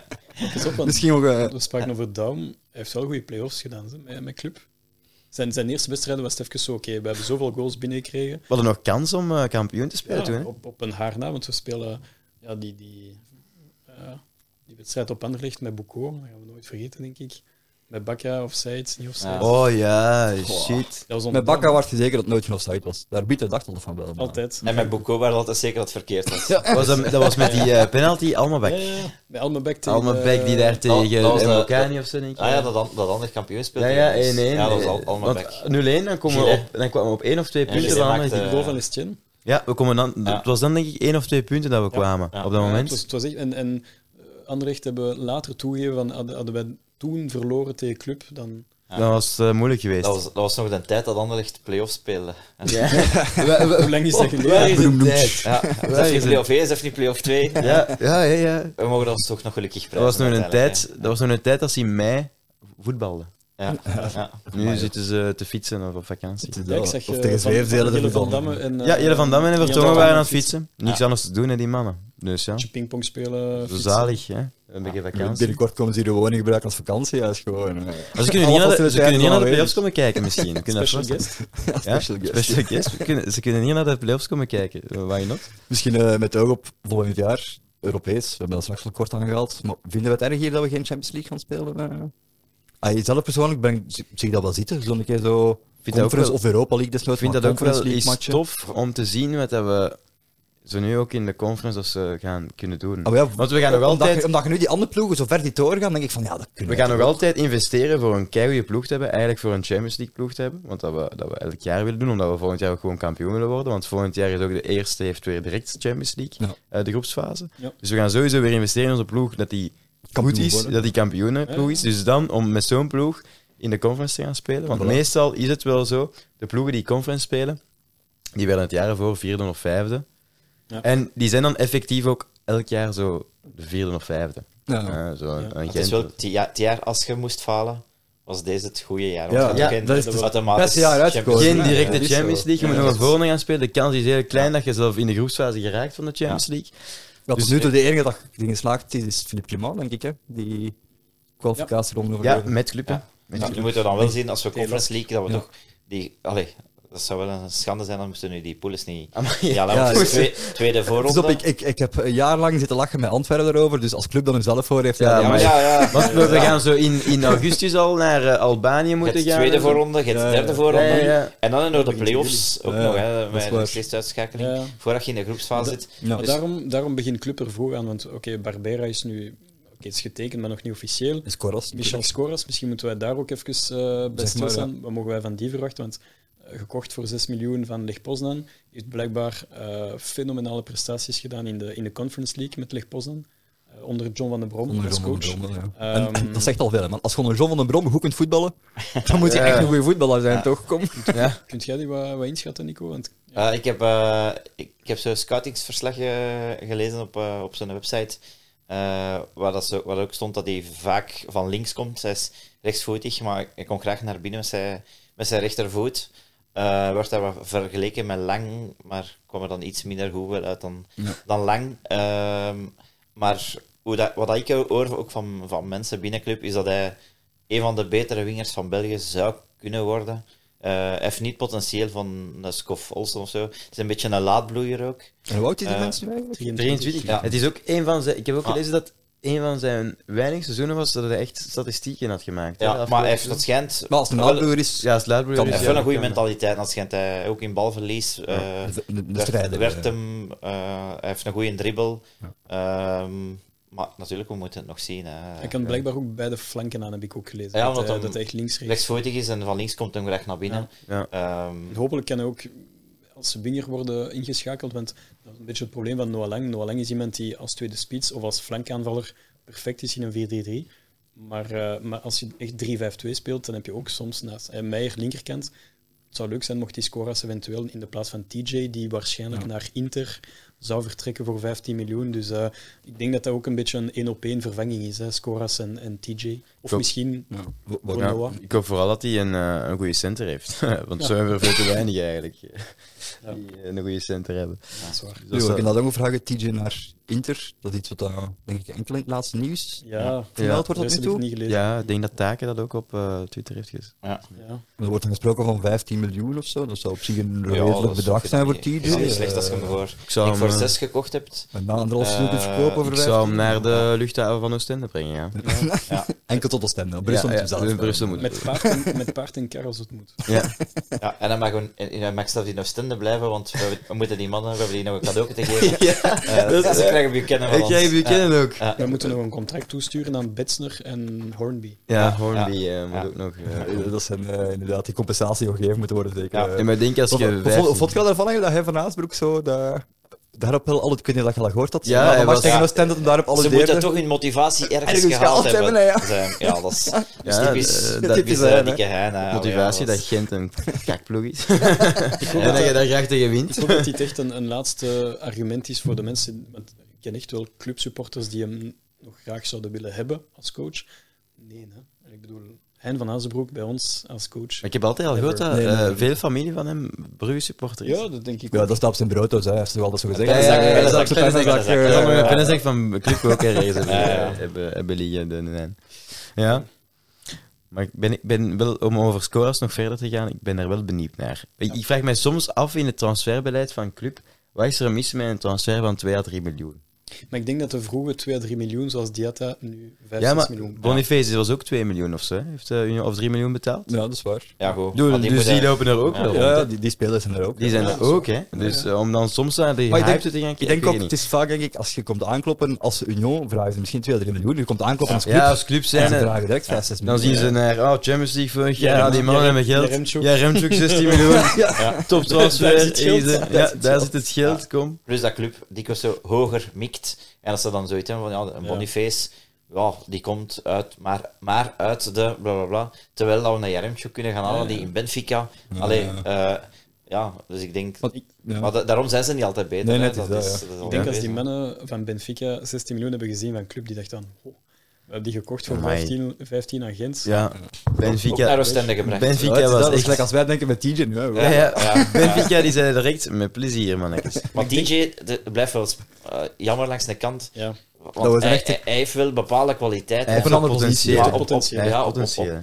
Pas op, want Misschien ook... eh, we spraken over Daum. Hij heeft wel goede play-offs gedaan hè, met, met club. Zijn, zijn eerste wedstrijden was het even zo, oké, we hebben zoveel goals binnengekregen. We hadden nog kans om uh, kampioen te spelen Ja, toen, hè. op, op een haar na, want we spelen ja, die, die, uh, die wedstrijd op Anderlecht met Boucault, dat gaan we nooit vergeten, denk ik. Met Bakka offside, niet offside. Ja. Oh ja, shit. Dat was onder met Bakka Daum. was je zeker dat het nooit geen offside was. Daar biedt de dag al van wel. maar- Altijd. En met Boucault waren we altijd zeker dat het verkeerd was. Ja. Was dat, dat was met die uh, penalty, Almabak. Ja, ja, ja. Met Almebek tegen... Almabak die daar eh, tegen dat was de- Mbokani of zo, denk ik. Ah ja, dat, an- dat andere kampioen speelde. Ja, ja, tegen ons. één één. Ja, dat was al, Eh, allemaal want back. nul één, dan, komen we Gilet. op, dan kwamen we op één of twee Ja, punten Gilet van maakte- Die Anderlecht. goal van Estienne. Ja, we komen dan, Ja. het was dan denk ik één of twee punten dat we kwamen Ja. op dat Ja, moment. het was, het was echt, en en uh, Anderlecht hebben later toegegeven van hadden, hadden wij toen verloren tegen Club, dan... Ja. Dat was uh, moeilijk geweest. Dat was, dat was nog de tijd dat Anderlecht play-offs speelde. En- Ja. Hoe lang is dat geleden? Waar is de Benoemd. tijd? Ja, het is Waar even is niet het? play-off één, het is even niet play-off twee. Ja, ja, ja, ja. We mogen ons toch nog gelukkig Dat prijzen. was nog een uiteindelijk, tijd, hè. dat was nog een tijd als ze in mei voetbalden. Ja, ja. Nu zitten ze te fietsen of op vakantie. Ja, ik zag of eh, tegen van, Zweefdelen van Jelle ervan. van Damme en... eh, Ja, Jelle van Damme en Jan Vertongen van waren aan Damme het fietsen. Niks Ja. anders te doen, hè, die mannen. Dus ja, Beetje pingpong spelen. zo fietsen. zalig, hè. Een beetje vakantie. Binnenkort komen ze hier gewoon gebruiken als vakantiehuis. Gewoon. eh. Maar ze kunnen Alle hier naar de, ze kunnen hier naar de faciliteiten play-offs komen kijken, misschien. We kunnen dat Special vast- guest. Ja, Special guest. special guest. We kunnen, ze kunnen hier naar de play-offs komen kijken. Why not? Misschien eh, met oog op volgend jaar, Europees. We hebben dat straks al kort aangehaald. Maar vinden we het erg hier dat we geen Champions League gaan spelen? eh? Ah, zelf persoonlijk ben ik, zie ik dat wel zitten. Zo'n keer zo dat ook Conference wel- of Europa League Ik desnoods. vind maar dat ook wel Conference iets League matchen. tof om te zien wat dat we zo nu ook in de conference of ze gaan kunnen doen. Ah, ja, Want we gaan nog omdat, altijd... je, omdat je nu die andere ploegen zo ver die doorgaan, denk ik van ja, dat kunnen We gaan nog toch altijd investeren voor een keigoede ploeg te hebben, eigenlijk voor een Champions League ploeg te hebben, want dat we, dat we elk jaar willen doen, omdat we volgend jaar ook gewoon kampioen willen worden, want volgend jaar is ook de eerste, heeft weer direct Champions League, Ja. eh, de groepsfase. Ja. Dus we gaan sowieso weer investeren in onze ploeg, dat die Kampioen goed is, worden. dat die kampioenenploeg Ja. is. Dus dan, om met zo'n ploeg in de conference te gaan spelen, want Voilà. meestal is het wel zo, de ploegen die conference spelen, die werden het jaar ervoor vierde of vijfde. Ja. En die zijn dan effectief ook elk jaar zo de vierde of vijfde. Ja. Eh, zo Ja. een Het Gent. is wel het ja- het jaar als je moest falen, was deze het goede jaar. Ja, Want ja, geen dat is het automatisch beste jaar uitgekozen. Champions Geen League. directe Ja, dat is Champions zo. League, je Ja, moet nog dat een is- voorronde gaan spelen. De kans is heel klein dat je zelf in de groepsfase geraakt van de Champions League. Ja, Dus- tot nu toe de enige dat die geslaagd is, is Philippe Clement, denk ik. Hè? Die kwalificatieronde Ja, overleven. met Club. hè. Ja. Met Ja, Club. nu moeten we dan wel zien, als we Conference League, dat we Ja. toch die... Allee, dat zou wel een schande zijn, dan moesten nu die poules niet... Amai. Ja, dat Ja, was dus- twee, tweede voorronde. Dus op, ik, ik, ik heb een jaar lang zitten lachen met Antwerpen erover, dus als club dan er zelf voor heeft... Ja, Ja, maar maar ja, ja. Want we, we gaan zo in, in augustus al naar uh, Albanië Je moeten hebt de gaan. tweede en zo. voorronde, je hebt de Ja, derde ja. voorronde. Ja, ja, ja. En dan nog de begint play-offs, ook Ja, nog, hè, dat is met de waar. besliste uitschakeling, Ja. voordat je in de groepsfase Dat- zit. Ja. Maar Dus- daarom, daarom begint club er vroeg aan, want oké, Barbera is nu... Oké, het is getekend, maar nog niet officieel. Is Koras. Michel Scoras, misschien moeten wij daar ook even uh, bij Zeg maar, stilstaan. Wat mogen wij van die verwachten? Want uh, gekocht voor zes miljoen van Lech Poznan. Heeft blijkbaar uh, fenomenale prestaties gedaan in de, in de Conference League met Lech Poznan. Uh, onder John van den Brom Onder als John van coach. den Brom, ja. Ehm, En- en dat zegt al veel, hè, man. Als je onder John van den Brom goed kunt voetballen, dan moet je echt een goede voetballer zijn, toch? Kom. Ja. Kunt jij die wat, wat inschatten, Nico? Want, Uh, ik heb, uh, ik, ik heb zo'n scoutingsverslag uh, gelezen op, uh, op zijn website, uh, waar, dat zo, waar ook stond dat hij vaak van links komt. Hij is rechtsvoetig, maar hij komt graag naar binnen met zijn, met zijn rechtervoet. Uh, wordt daar wat vergeleken met Lang, maar kwam er dan iets minder goed wel uit dan, Ja. dan Lang. Uh, maar hoe dat, wat ik hoor ook van, van mensen binnen club, is dat hij een van de betere wingers van België zou kunnen worden. Uh, hij heeft niet potentieel van een Scoff Olsen of zo. Het is een beetje een laadbloeier ook. En hoe oud is die Uh, mensen nu eigenlijk? drieëntwintig. Ja. Het is ook een van zijn... Ik heb ook Ah. gelezen dat een van zijn weinige seizoenen was dat hij echt statistieken had gemaakt. hè, Ja, afgelopen maar hij heeft, seizoen. dat schijnt... Maar als het een wel- laadbloeier is, Ja, als laadbloeier Kan is, Hij Ja, heeft wel een ja, goede kan. mentaliteit, dat schijnt hij ook in balverlies. uh, de, de, de werd, strijder. werd eh. hem, uh, hij heeft een goede dribbel. Ehm, maar natuurlijk, we moeten het nog zien. Hè. hij kan blijkbaar ook bij de flanken aan, heb ik ook gelezen. Ja, dat, omdat hij, hem dat hij echt links rechts. Rechtsvoetig is en van links komt hem recht naar binnen. Ja. Ehm, Hopelijk kan hij ook als winger worden ingeschakeld, want dat is een beetje het probleem van Noah Lang. Noah Lang is iemand die als tweede spits of als flankaanvaller perfect is in een vier drie drie. Maar, uh, maar als je echt drie vijf twee speelt, dan heb je ook soms naast uh, Meijer linkerkant. Het zou leuk zijn mocht die Scoras eventueel in de plaats van T J, die waarschijnlijk Ja. naar Inter zou vertrekken voor vijftien miljoen. Dus uh, ik denk dat dat ook een beetje een één op één vervanging is, hè, Scoras en, en T J. Of Klopt. misschien... Ja. Wa- wa- Voor Ja, Noah. ik hoop vooral dat hij een, uh, een goede center heeft. Want Ja. zo hebben we veel te weinig eigenlijk. Ja. Die uh, een goede center hebben. Ja, dat is waar. Dus Nu, dat ik is- kan dat ook vragen, T J naar Inter. Dat is iets wat, uh, denk ik, enkel in het laatste nieuws Ja, vermeld wordt de tot rest nu heb ik toe. niet gelezen. ja, ik denk dat Taken dat ook op uh, Twitter heeft gezet. ja. Ja. Er wordt dan gesproken van vijftien miljoen of zo. Dat zou op zich een Ja, redelijk dat is bedrag ook zijn voor niet- T J. Het is niet slecht als je hem voor, Ik zou niet voor hem, uh, zes gekocht hebt. En dan anderhalf Eh, seizoen kunt verkopen voor ik zou hem vijftien. naar de luchthaven van Oostende brengen, ja. Ja. Enkel tot Oostende. Brussel ja, moet hem zelf ja, Brussel moet. Met paard en, met paard en kar als het moet. Ja. Ja, en dan mag gewoon in, in Max zelf in Oostende blijven, want we, hebben- we moeten die mannen, we hebben die nog een cadeau te geven. Eh, dat is- ze krijgen we kennen van Ik ons. ga je kennen ook. Ja. We moeten nog een contract toesturen aan Betzner en Hornby. Ja, Ja, Hornby uh, moet ja. ook nog... uh, Ja, dat zijn uh, inderdaad die compensatie ook gegeven moeten worden. Zeker. Ja. Eh, ja, maar ik denk als Wat je... wat- vijftien- wat vond je daarvan eigenlijk, dat hij van Aasbroek zo... Dat, daarop wel al, ik weet niet of je dat gehoord had. Ja, maar hij van Max was- tegen ja. Oostende dat hem daarop alles Ze deerde. moeten toch hun motivatie ergens, Ergens gehaald, gehaald hebben. hebben, hè, ja. Ze- ja, dat is, dat is Ja, typisch, eh, typisch, typisch, eh, hè, dikke hein. hè. motivatie Ja, dat Gent een kakploeg is. Ik hoop En dat je dat, daar graag tegen wint. ik hoop dat dit echt een, een laatste argument is voor de mensen. Want ik ken echt wel clubsupporters die hem nog graag zouden willen hebben als coach. Nee, hè. Ik bedoel, Hein van Azenbroek bij ons als coach. Maar ik heb altijd al gehoord dat Nee, nee, eh, nee. veel familie van hem Brugge-supporter is. Ja, dat denk ik Ja, ook. dat staat op zijn brooddoos, hè. Hij heeft toch altijd zo gezegd. Ja, ja, ja, ja, Dat dat is is op zijn pennenzak, pennenzak, dat is eh, Ik kan me ja. kunnen zeggen van Club ook ergens hebben, Ja, ja. eh, hebben, hebben liggen. De, de, ja. Maar ik ben, ik ben wel, om over Scoras nog verder te gaan, ik ben daar wel benieuwd naar. Ik, ik vraag mij soms af in het transferbeleid van Club, wat is er mis met een transfer van twee à drie miljoen? Maar ik denk dat de vroege twee à drie miljoen, zoals Diatta, nu vijf, Ja, zes maar miljoen. Boniface was ook twee miljoen of zo. Hè? Heeft uh, of drie miljoen betaald? Ja, dat is waar. ja, goed. Doe, Maar die dus die moeten- lopen er ook Ja. wel Ja, rond, ja, hè. die, die spelers zijn er ook. Die zijn ja. er ook, hè. Dus uh, om dan soms naar de Maar ik denk, hype te gaan ik kijken, denk ook, weet het niet. is vaak, denk ik, als je komt aankloppen als Union, vragen ze misschien twee à drie miljoen. Je komt aankloppen als club, Ja, als club en zijn ze hè, vragen direct vijf, zes miljoen. dan zien ze naar oh, Champions League vorig jaar, Ja, ah, die mannen ja, hebben geld. Jaremchuk. Ja, Remchuk zestien miljoen. Ja. Top transfer. Daar zit geld. easy. Daar Ja, zit daar geld. zit het geld, kom. Plus dat club dikwijls zo hoger mikt. En als ze dan zoiets hebben van, ja, een Ja. Boniface, ja, die komt uit, maar, maar uit de bla bla bla. Terwijl dat we naar Jaremchuk kunnen gaan halen, Ja, ja. die in Benfica. Ja, Allee, ja. eh, ja, dus ik denk... Want ik- ja. Maar da- daarom zijn ze niet altijd beter. Nee, nee, hè. het is dat, ja. dat is al Ik denk als die aanwezig. mannen van Benfica zestien miljoen hebben gezien van club, die dachten dan, oh, we hebben die gekocht voor Amai. vijftien, vijftien aan Gent. Ja, Ook Benfica, naar Oostende gebracht. Benfica Ja, het is was dat, dat is echt... gelijk als wij denken met T J nu. Hè. Ja, ja. Ja. Benfica die zei direct, met plezier, mannetjes. Maar D J de, blijft wel eens, eh, jammer langs de kant. Ja. Want Dat was hij, echt- hij, hij heeft wel bepaalde kwaliteiten. Hij heeft een wel andere potentieel. Ja, heeft op, op, potentieel. Hij ja, heeft op, op, potentieel, op, op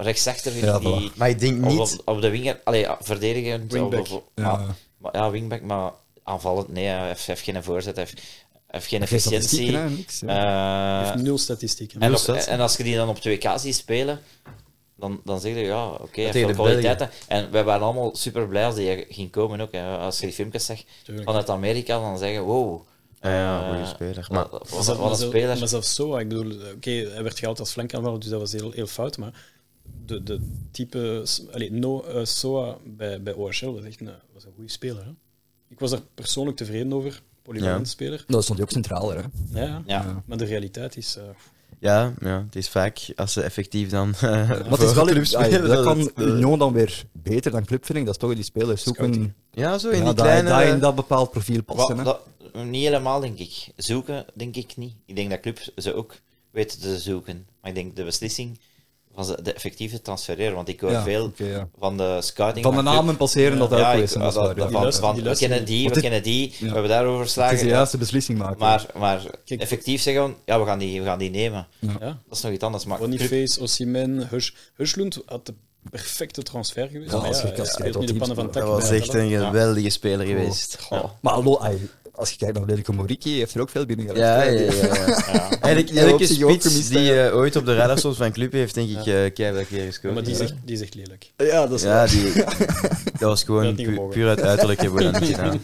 rechtsachter vind Ja, ik die... Maar ik denk Of niet... op, op de winger... Allee, ja, verdedigend. Wingback. Of, of, Ja. maar, maar, ja, wingback, maar aanvallend, nee, hij heeft, heeft geen voorzet, hij heeft, heeft geen Geen efficiëntie. statistieken, hè, niks. Ja. Eh, heeft nul statistieken. en, Nul op- stats. en als je die dan op twee K ziet spelen, dan, dan zeg je, ja, oké, okay, hij tegen heeft de veel kwaliteiten. En wij waren allemaal super blij als die ging komen ook. Hè. Als je die filmpjes zag Tuurlijk. vanuit Amerika, dan zeggen wow. Ja, ja, eh, goede speler. Maar Wat, Maar wat, zelf- wat een maar speler. zelf- Maar zelfs zo, ik bedoel, oké, hij werd gehaald als flankaanvaller, dus dat was heel, heel fout, maar de, de type... Allee, no, uh, Soa bij, bij O H L was echt een, was een goede speler. Hè? Ik was daar persoonlijk tevreden over, polyvalent Ja. speler. Dat stond hij ook centraal, hè. Ja, ja. Ja. Maar de realiteit is... Uh, ja, ja, het is vaak als ze effectief dan uh, Maar het is wel club een, spelen. ah, dat kan het, eh, Union dan weer beter dan club, vind ik. Dat is toch die spelers zoeken. Scouting. ja, zo in Ja, die dat, kleine... dat in dat bepaald profiel passen. Wat, Hè. dat, niet helemaal, denk ik. Zoeken, denk ik niet. Ik denk dat clubs ze ook weten te zoeken. Maar ik denk de beslissing van ze, de effectieve transfereren. Want ik hoor Ja, veel oké, ja. van de scouting. Van de club- namen passeren, dat dat Ja, ook ik, geweest is. dat, Dat is waar, dat- ja. van, luisteren- van, die we luisteren kennen die, Want we dit- kennen die, ja. we hebben daarover Het is verslagen. de juiste beslissing maken. Maar, maar Kijk. effectief zeggen, ja, we gaan die, we gaan die nemen. ja. Dat is nog iets anders. Maar club- Boniface, Osimhen, Hush, Huslund had de perfecte transfer geweest. Ja, maar als ja, je hij kijkt speelt tot nu de die- pannen van Dat Tak was bij echt Atalanta. een geweldige speler geweest. Goh. Maar hallo, ai, als je kijkt naar Lelico Moriki, heeft er ook veel binnen Ja, ja, ja. ja. Ja. Eigenlijk Ja, op elke zich ook spits gemist, die hè. eh, ooit op de radar stond van club heeft, denk ik, uh, keihard keer Ja, gescoord. maar die is, echt, die is echt lelijk. Ja, dat is Ja, die, dat was Dat gewoon had niet pu- gemogen. puur uit uiterlijk hebben we dat niet gedaan.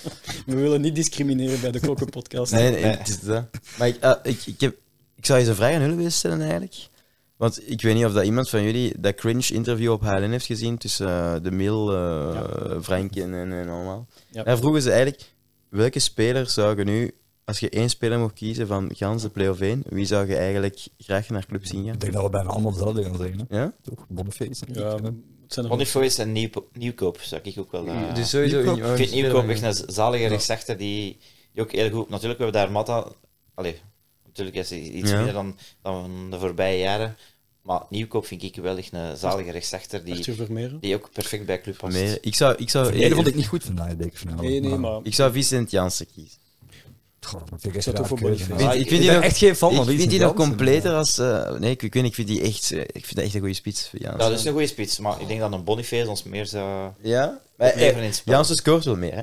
We willen niet discrimineren bij de Klokkenpodcast. Nee, nee, het is dat. Maar ik, ah, ik, ik, heb, ik zou je een vraag aan jullie willen stellen eigenlijk. Want ik weet niet of dat iemand van jullie dat cringe interview op H L N heeft gezien tussen uh, de Mil, uh, Ja. Frank en, en, en allemaal. Ja. Daar vroegen ze eigenlijk, welke speler zou je nu, als je één speler mocht kiezen van gans de play-off één, wie zou je eigenlijk graag naar club zien gaan? Ik denk dat we bijna allemaal hetzelfde gaan zeggen. Hè. Ja? Toch? Boniface. denk Ja, ik, hè. het zijn er Boniface en Nieuw, Nieuwkoop zou ik ook wel... uh, Dus sowieso... Nieuwkoop. in- ik vind Nieuwkoop echt ja. een zalige rechtsachter die, die ook heel goed... Natuurlijk hebben we daar Matta... Allee, natuurlijk is hij iets Ja. minder dan, dan de voorbije jaren. Maar Nieuwkoop vind ik wel echt een zalige rechtsachter die, Arthur Vermeeren. die ook perfect bij club past. Meer. Ik zou, ik zou, Nee, dat vond ik niet goed vandaag, denk ik. Finale. Nee, nee, maar... ik zou Vincent Janssen kiezen. Goh, dat vind ik echt zou een toch raar voor keuze. Boniface. Ja, Ah, ik ik vind ben die nog, echt geen fan ik van vind Vincent die nog Janssen. completer als... eh, nee, ik, ik weet niet, ik vind die echt... eh, Ik vind dat echt een goede spits. Janssen. Ja, dat is een goede spits, maar ik denk dat een Boniface ons meer zou... Ja? Maar, opleveren eh, in het spel. Janssen scoort wel meer, hè?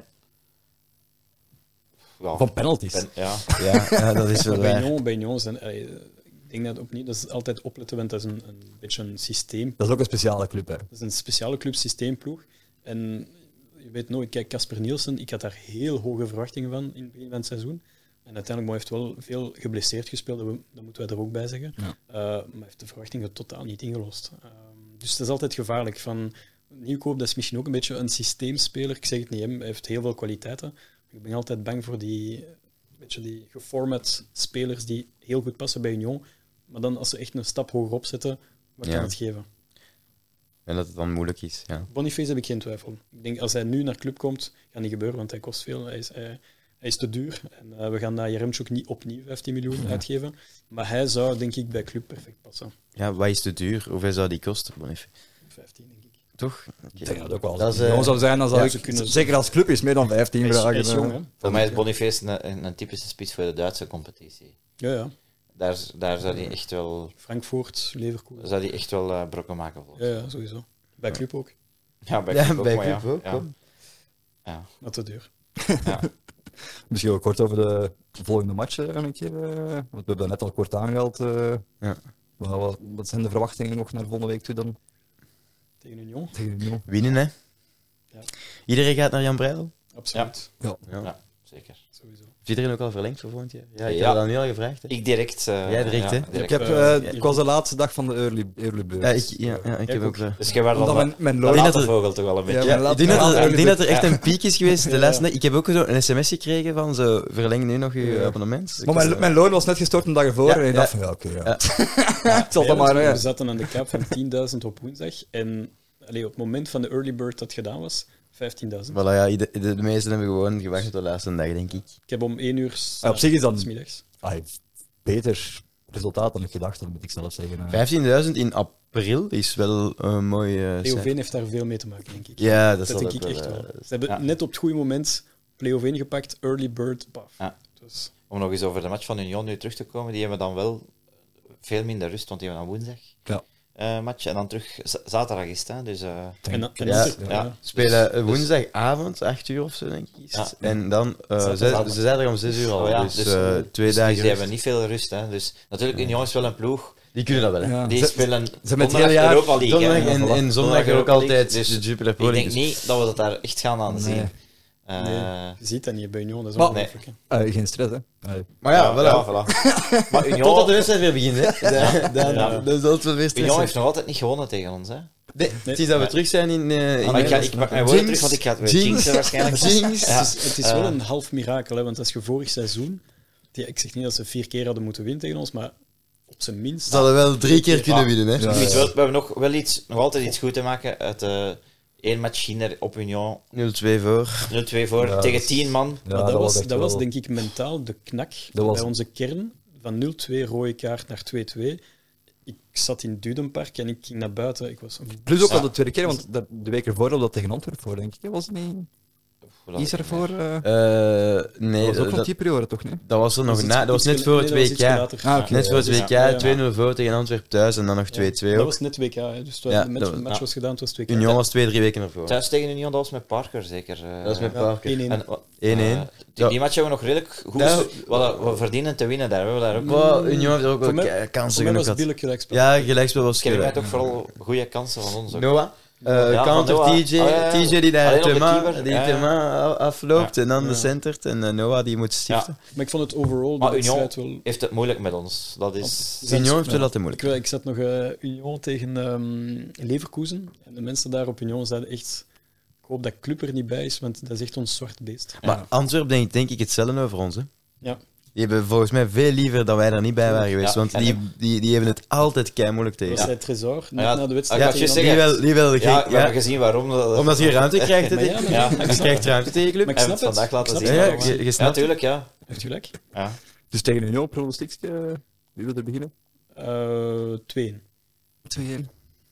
Ja, Van penalties. ben- ja. Ja, ja dat is wel Bij waar. Union, bij Union zijn... allee, ik denk dat opnieuw, dat is altijd opletten, want dat is een, een beetje een systeem. Dat is ook een speciale club, hè. Dat is een speciale club, systeemploeg. En je weet nooit, kijk, Casper Nielsen, ik had daar heel hoge verwachtingen van in het begin van het seizoen. En uiteindelijk maar heeft wel veel geblesseerd gespeeld, dat, we, dat moeten wij er ook bij zeggen. Ja. Uh, maar hij heeft de verwachtingen totaal niet ingelost. Um, dus dat is altijd gevaarlijk. Van Nieuwkoop, dat is misschien ook een beetje een systeemspeler. Ik zeg het niet, hij heeft heel veel kwaliteiten. Ik ben altijd bang voor die, beetje die geformat spelers die heel goed passen bij Union. Maar dan als ze echt een stap hoger opzetten, wat Ja. kan het geven? En dat het dan moeilijk is, ja. Boniface heb ik geen twijfel. Ik denk als hij nu naar club komt, gaat niet gebeuren, want hij kost veel. Hij is, hij, hij is te duur. En uh, we gaan naar Jaremchuk niet opnieuw vijftien miljoen uitgeven. Maar hij zou, denk ik, bij club perfect passen. Ja, wat is te duur? Hoeveel zou die kosten, Boniface? vijftien, denk ik. Toch? Ik denk dat ook wel. Dat is, Als eh, het zou zijn, dan zou ja, ik... ze kunnen- Zeker als club is meer dan vijftien Hij is, vragen. hij is eh. jong, hè? Voor mij is Boniface een, een, een typische spits voor de Duitse competitie. Ja, ja. Daar, daar zou hij echt wel, Frankfurt, Leverkusen. zou hij echt wel uh, brokken maken. Volgens. Ja, ja, sowieso. Bij club ook. Ja, bij Ja, club ook, bij maar club ja. ook, Ja. kom. Ja. Wat te duur. Ja. Misschien ook kort over de volgende match eh, een keer. eh, want we hebben dat net al kort aangehaald. eh. Ja. Wat, wat, wat zijn de verwachtingen nog naar volgende week toe dan? Tegen Union. Tegen Union? Winnen, hè? Ja. Iedereen gaat naar Jan Breidel? Absoluut. Ja. Ja. Ja, zeker. Sowieso. Is iedereen ook al verlengd voor volgend jaar? Ja, ik Ja. heb dat nu al gevraagd, hè? Ik direct. uh, Jij direct, ja, hè? direct. Ik, heb, eh, eh, ik was de laatste dag van de early, early bird. Ja, ik, ja, ja, ik Ja, heb ik ook... eh, Dus jij was Omdat dan mijn, mijn de loon... denk late dat er- vogel toch wel een beetje. Ja, Ja, maar ik denk, dat laat- er, ik denk dat er echt een piek is geweest de Ja. laatste... Nee, ik heb ook zo een sms gekregen van zo, verleng nu nog je Ja. abonnement. Dus ik Maar was, mijn, eh, mijn loon was net gestort een dag ervoor Ja, en ik ja. dacht van ja, oké, ja. Ja. Ik zal Ja, dat want maar... we ja. zaten aan de cap van tienduizend op woensdag. En allee, op het moment van de early bird dat gedaan was, vijftienduizend. Voilà, ja, de, de, de meesten hebben gewoon gewacht tot de laatste dag, denk ik. Ik heb om één uur... s- Ah, op zich is dat- s middags. Ah, beter resultaat dan ik gedacht had, moet ik zelf zeggen. eh. vijftienduizend in april is wel een mooi uh, Leeuwen heeft daar veel mee te maken, denk ik. Ja, dat, dat zal denk ook ik echt eh, wel. Ze hebben ja. net op het goede moment Leeuwen gepakt, early bird, paf. Ja. Dus, Om nog eens over de match van Union nu terug te komen, die hebben dan wel veel minder rust, want die hebben dan woensdag. Ja. uh, match. En dan terug z- zaterdag is het. Hè, dus, uh, En, dan- en Ja, dan- ja. ja. spelen Dus- woensdagavond, acht uur of zo, denk ik. Ja. En dan, uh, Zaterdag. zes, ze zijn er om zes uur al, oh ja, dus, dus, uh, dus twee dus dagen die rust. hebben niet veel rust. Hè. Dus, natuurlijk, Union is wel een ploeg. Die kunnen dat wel, hè. Ja. Die Ze- spelen ze hebben het donderdag hele jaar- Europa League. Donderdag hè. en, Ja, voilà. en zondag ook Europa altijd League, dus de Jupiler Pro Ik League. denk dus- niet dat we dat daar echt gaan aan zien. Nee. Uh, Nee, je ziet dat niet bij Union, dat is Maar- ongelooflijk. hè. Uh, geen stress, hè. Uh, Maar ja, voilà. ja, voilà. Maar Union, Totdat de wedstrijd weer begint, hè. Dan, dan, Ja. dan zal het wel weer stress Union zijn. heeft nog altijd niet gewonnen tegen ons. Hè? Nee, het is dat we terug zijn in... eh, in Maar ik, ga, ik pak mijn woorden Jinx, terug, want ik ga het weer Jinx, jinxen waarschijnlijk. Jinx. Ja. Het is, het is wel Eh. een half mirakel, hè, want als je vorig seizoen... Die, ik zeg niet dat ze vier keer hadden moeten winnen tegen ons, maar op zijn minst... Ze hadden wel drie keer kunnen Ja. winnen, hè. Ja. Ik weet wel, we hebben nog, wel iets, nog altijd iets goed te maken uit uh, één match ging er op Union nul twee voor. nul twee voor Ja, tegen dat- tien man. ja, maar dat, was, echt dat was wel- denk ik mentaal de knak Dat was- bij onze kern. Van nul twee rode kaart naar twee twee. Ik zat in Dudenpark en ik ging naar buiten. Ik was Plus ook Ja. al de tweede keer, want de, de week ervoor hadden we dat tegen Antwerpen voor, denk ik. hè. Was het niet? Hoe Is er voor? Uh, Eh, nee, dat was ook dat, van die periode, toch? Nee? dat was er nog iets- na. Dat was iets net voor het nee, dat was W K. iets later. Ah, oké. Net voor het Ja, W K, ja, ja. twee nul voor tegen Antwerpen thuis en dan nog twee twee Dat ook. was net W K, hè, dus toen Ja, de match, dat- de match ja. was gedaan, het was twee K. Union was twee, drie weken ervoor. Thuis tegen Union, dat was met Parker zeker. Uh, Dat is met Ja, Parker. één één. En, uh, één één. uh, die, Ja. die match hebben we nog redelijk goed. Ja. we, we verdienen te winnen daar. We hebben daar ook. Maar Union heeft er ook wel Voor mij- ke- kansen Voor mij genoeg was het gehad. billig gelijkspel. Ja, gelijkspel was Kevin gelijk. had toch vooral goede kansen van ons ook. Noah. Uh, Ja, van counter Noah. T J, Oh, ja, ja. T J die daar Alleen op de Thema, keeper. die Ja, ja. Thema afloopt Ja. en dan de Ja. centert en uh, Noah die moet stiften. Maar ik vond het overall de Maar Union wedstrijd wel... heeft het moeilijk met ons. Dat is... Zijn- Union heeft wel altijd Ik, moeilijk. weet- ik zat nog uh, Union tegen ehm, Leverkusen en de mensen daar op Union zeiden echt... Ik hoop dat Club er niet bij is, want dat is echt ons zwart beest. Maar Antwerpen denkt denk ik hetzelfde over ons. Hè. Ja. Die hebben volgens mij veel liever dat wij er niet bij waren geweest, Ja, want en- die, die, die hebben het altijd kei moeilijk tegen. Dat was hij Trésor, net Ja, na de ik wedstrijd. had Ja, juist die zeggen, wel, die wel Ja, geen- we ja, hebben gezien waarom. Dat, omdat je ruimte krijgt, hè, Maar ja, denk ik. maar- Ja. ik Je snap krijgt het. ruimte tegen je club. Maar ik En snap het vandaag het. laten Ik zien. snap Ja, het. ja, je, je Ja, snapt het. natuurlijk, ja. Heeft u gelijk? ja. Dus tegen Union, pronostiekje. uh, Wie wil er beginnen? Uh, twee. twee één.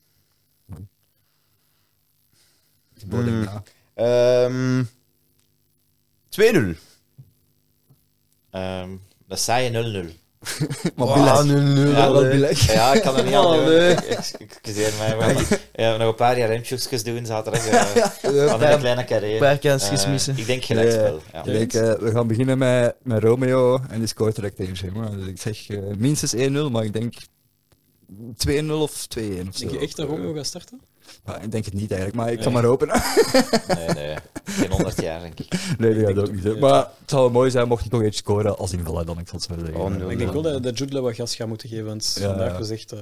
Hmm. Ehm, twee nul. Um, dat saaie nul nul. Maar Wow, billig. nul nul. Ja, wel allee. billig. Ja, ik kan er niet aan Oh, doen. nee. Ex- Excuseer mij. Maar, ja, nog een paar jaar remtjoekjes doen zaterdag. Uh, aan een Een kleine carrière. paar kansjes Eh, missen. Ik denk gelijkspel. Ja. Ik denk, uh, we gaan beginnen met, met Romeo en die scoort direct tegen Gemma. Dus ik zeg uh, minstens één nul, maar ik denk twee nul of twee één. Denk je echt dat Romeo gaat starten? Ja, ik denk het niet eigenlijk, maar ik Nee. kan maar hopen. Nee, nee. Geen honderd jaar, denk ik. Nee, dat Ik gaat denk ook niet. het hè. ook, Maar het zou wel mooi zijn mocht ik nog eens scoren als invaller dan, ik zal het zo zeggen. Oh, nul, Maar ik nul. denk wel dat, dat Jude wat gas gaat moeten geven, want Ja, vandaag ja. was echt... uh,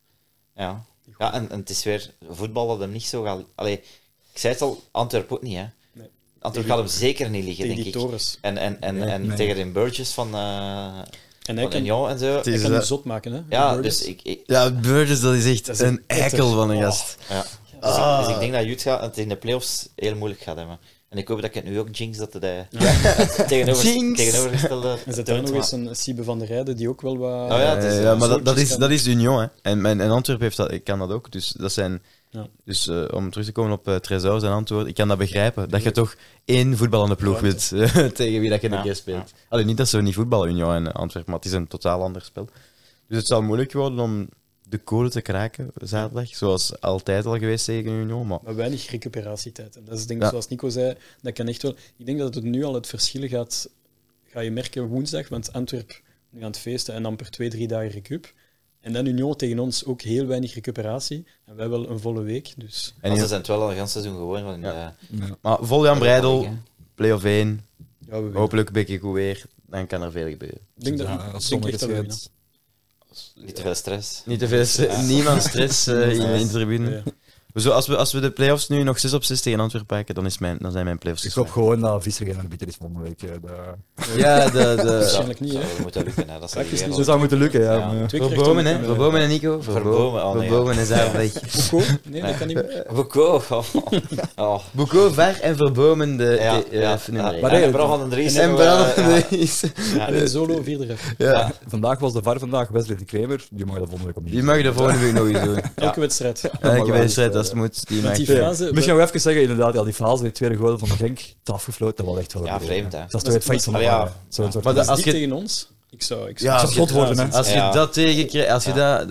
Ja, ja en, en het is weer voetbal dat hem niet zo gaat. Allee, ik zei het al, Antwerpen ook niet, hè? Nee. Antwerpen gaat hem zeker niet liggen, tegen denk die ik. torens. En, en, en, Nee, en nee. tegen de Burgess van, uh, En hij van kan, Union en zo. Het hij is, kan eh, die zot maken, hè? Ja, Burgess. dus ik. ik Ja, Burgess, dat is echt Dat is een een eikel van een gast. ja. Dus, Ah. ik, dus ik denk dat Jut gaat, het in de playoffs heel moeilijk gaat hebben. En ik hoop dat ik het nu ook jinx dat het uh, tegenover, Jinx. tegenovergestelde. En zet daar toont, nog eens maar- een Siebe van der Rijden, die ook wel wat... Oh ja, het is, Eh, uh, ja, maar dat, dat, soortjes is, kan- dat is Union, hè. En, en, en Antwerpen heeft dat, ik kan dat ook. Dus, dat zijn, Ja. dus uh, om terug te komen op uh, Trésor zijn antwoord, ik kan dat begrijpen. Dat je toch één voetballende ploeg wilt uh, tegen wie dat je een Ja, keer speelt. Alleen niet dat ze niet voetballen, Union en Antwerpen, maar het is een totaal ander spel. Dus het zal moeilijk worden om de code te kraken zaterdag, zoals altijd al geweest tegen Union. Maar Maar weinig recuperatietijd. En dat is denk ik, Ja. zoals Nico zei, dat kan echt wel... Ik denk dat het nu al het verschil gaat... Ga je merken woensdag, want Antwerp nu aan het feesten en amper twee, drie dagen recup. En dan Union tegen ons ook heel weinig recuperatie. En wij wel een volle week, dus... en Want ze in- zijn het wel al een heel seizoen gewoon. Van, Ja. uh, maar vol Jan Breidel, hè. play-off één, Ja, we weten. hopelijk een beetje goed weer, dan kan er veel gebeuren. Ik denk, dat, Ja, ik als denk sommigen echt dat we winnen. schijnt. Niet te veel stress. Niet te veel, st- niemand stress uh, in, in de tribune. Ja. Zo, als, we, als we de play-offs nu nog zes op zes tegen Antwerpen pakken, dan, is mijn, dan zijn mijn play-offs Ik geslaagd. hoop gewoon dat Visser geen arbiter is volgende week. hè. Dat Ja, de, de, Waarschijnlijk niet, hè. Dat zou moeten lukken, hè. Dat zou Praktisch die niet dat wereld- zou moeten lukken, ja. Ja. maar- Twee voor keer Bomen, recht hè? om- Voor Bomen en Nico. Voor Bomen, oh, Voor nee, Bomen is daar weg. Foucault? Nee, dat kan niet meer. Boucault. Oh. Oh. Boucault, Ver en voor Bomen de, Ja, de, ja, eh, nummer ja. één. Maar Ja, nee, en Bram van den Dries. En hebben we, Bram eh, van ja. de is. Ja. En in solo vierde ref. Ja. Vandaag was de V A R vandaag, Wesley de Kramer. Die mag dat volgende week opnieuw. Die mag je de volgende week nog eens doen. Elke wedstrijd. Elke wedstrijd als het moet. Die Met mag die je. fase... Misschien nog even zeggen, inderdaad, ja, die fase in de tweede goal van Genk, het afgefloten, dat was echt wel Ja, een vreemd, hè. Dat is toch het feit van de Maar ja. V A R, hè. Zo'n soort Maar van- dat- Als als die je- tegen ons... Ik zou... Ik Ja, zou als zot worden, hè. Als je Ja. dat tegenkrijgt, als je Ja. dat... pff,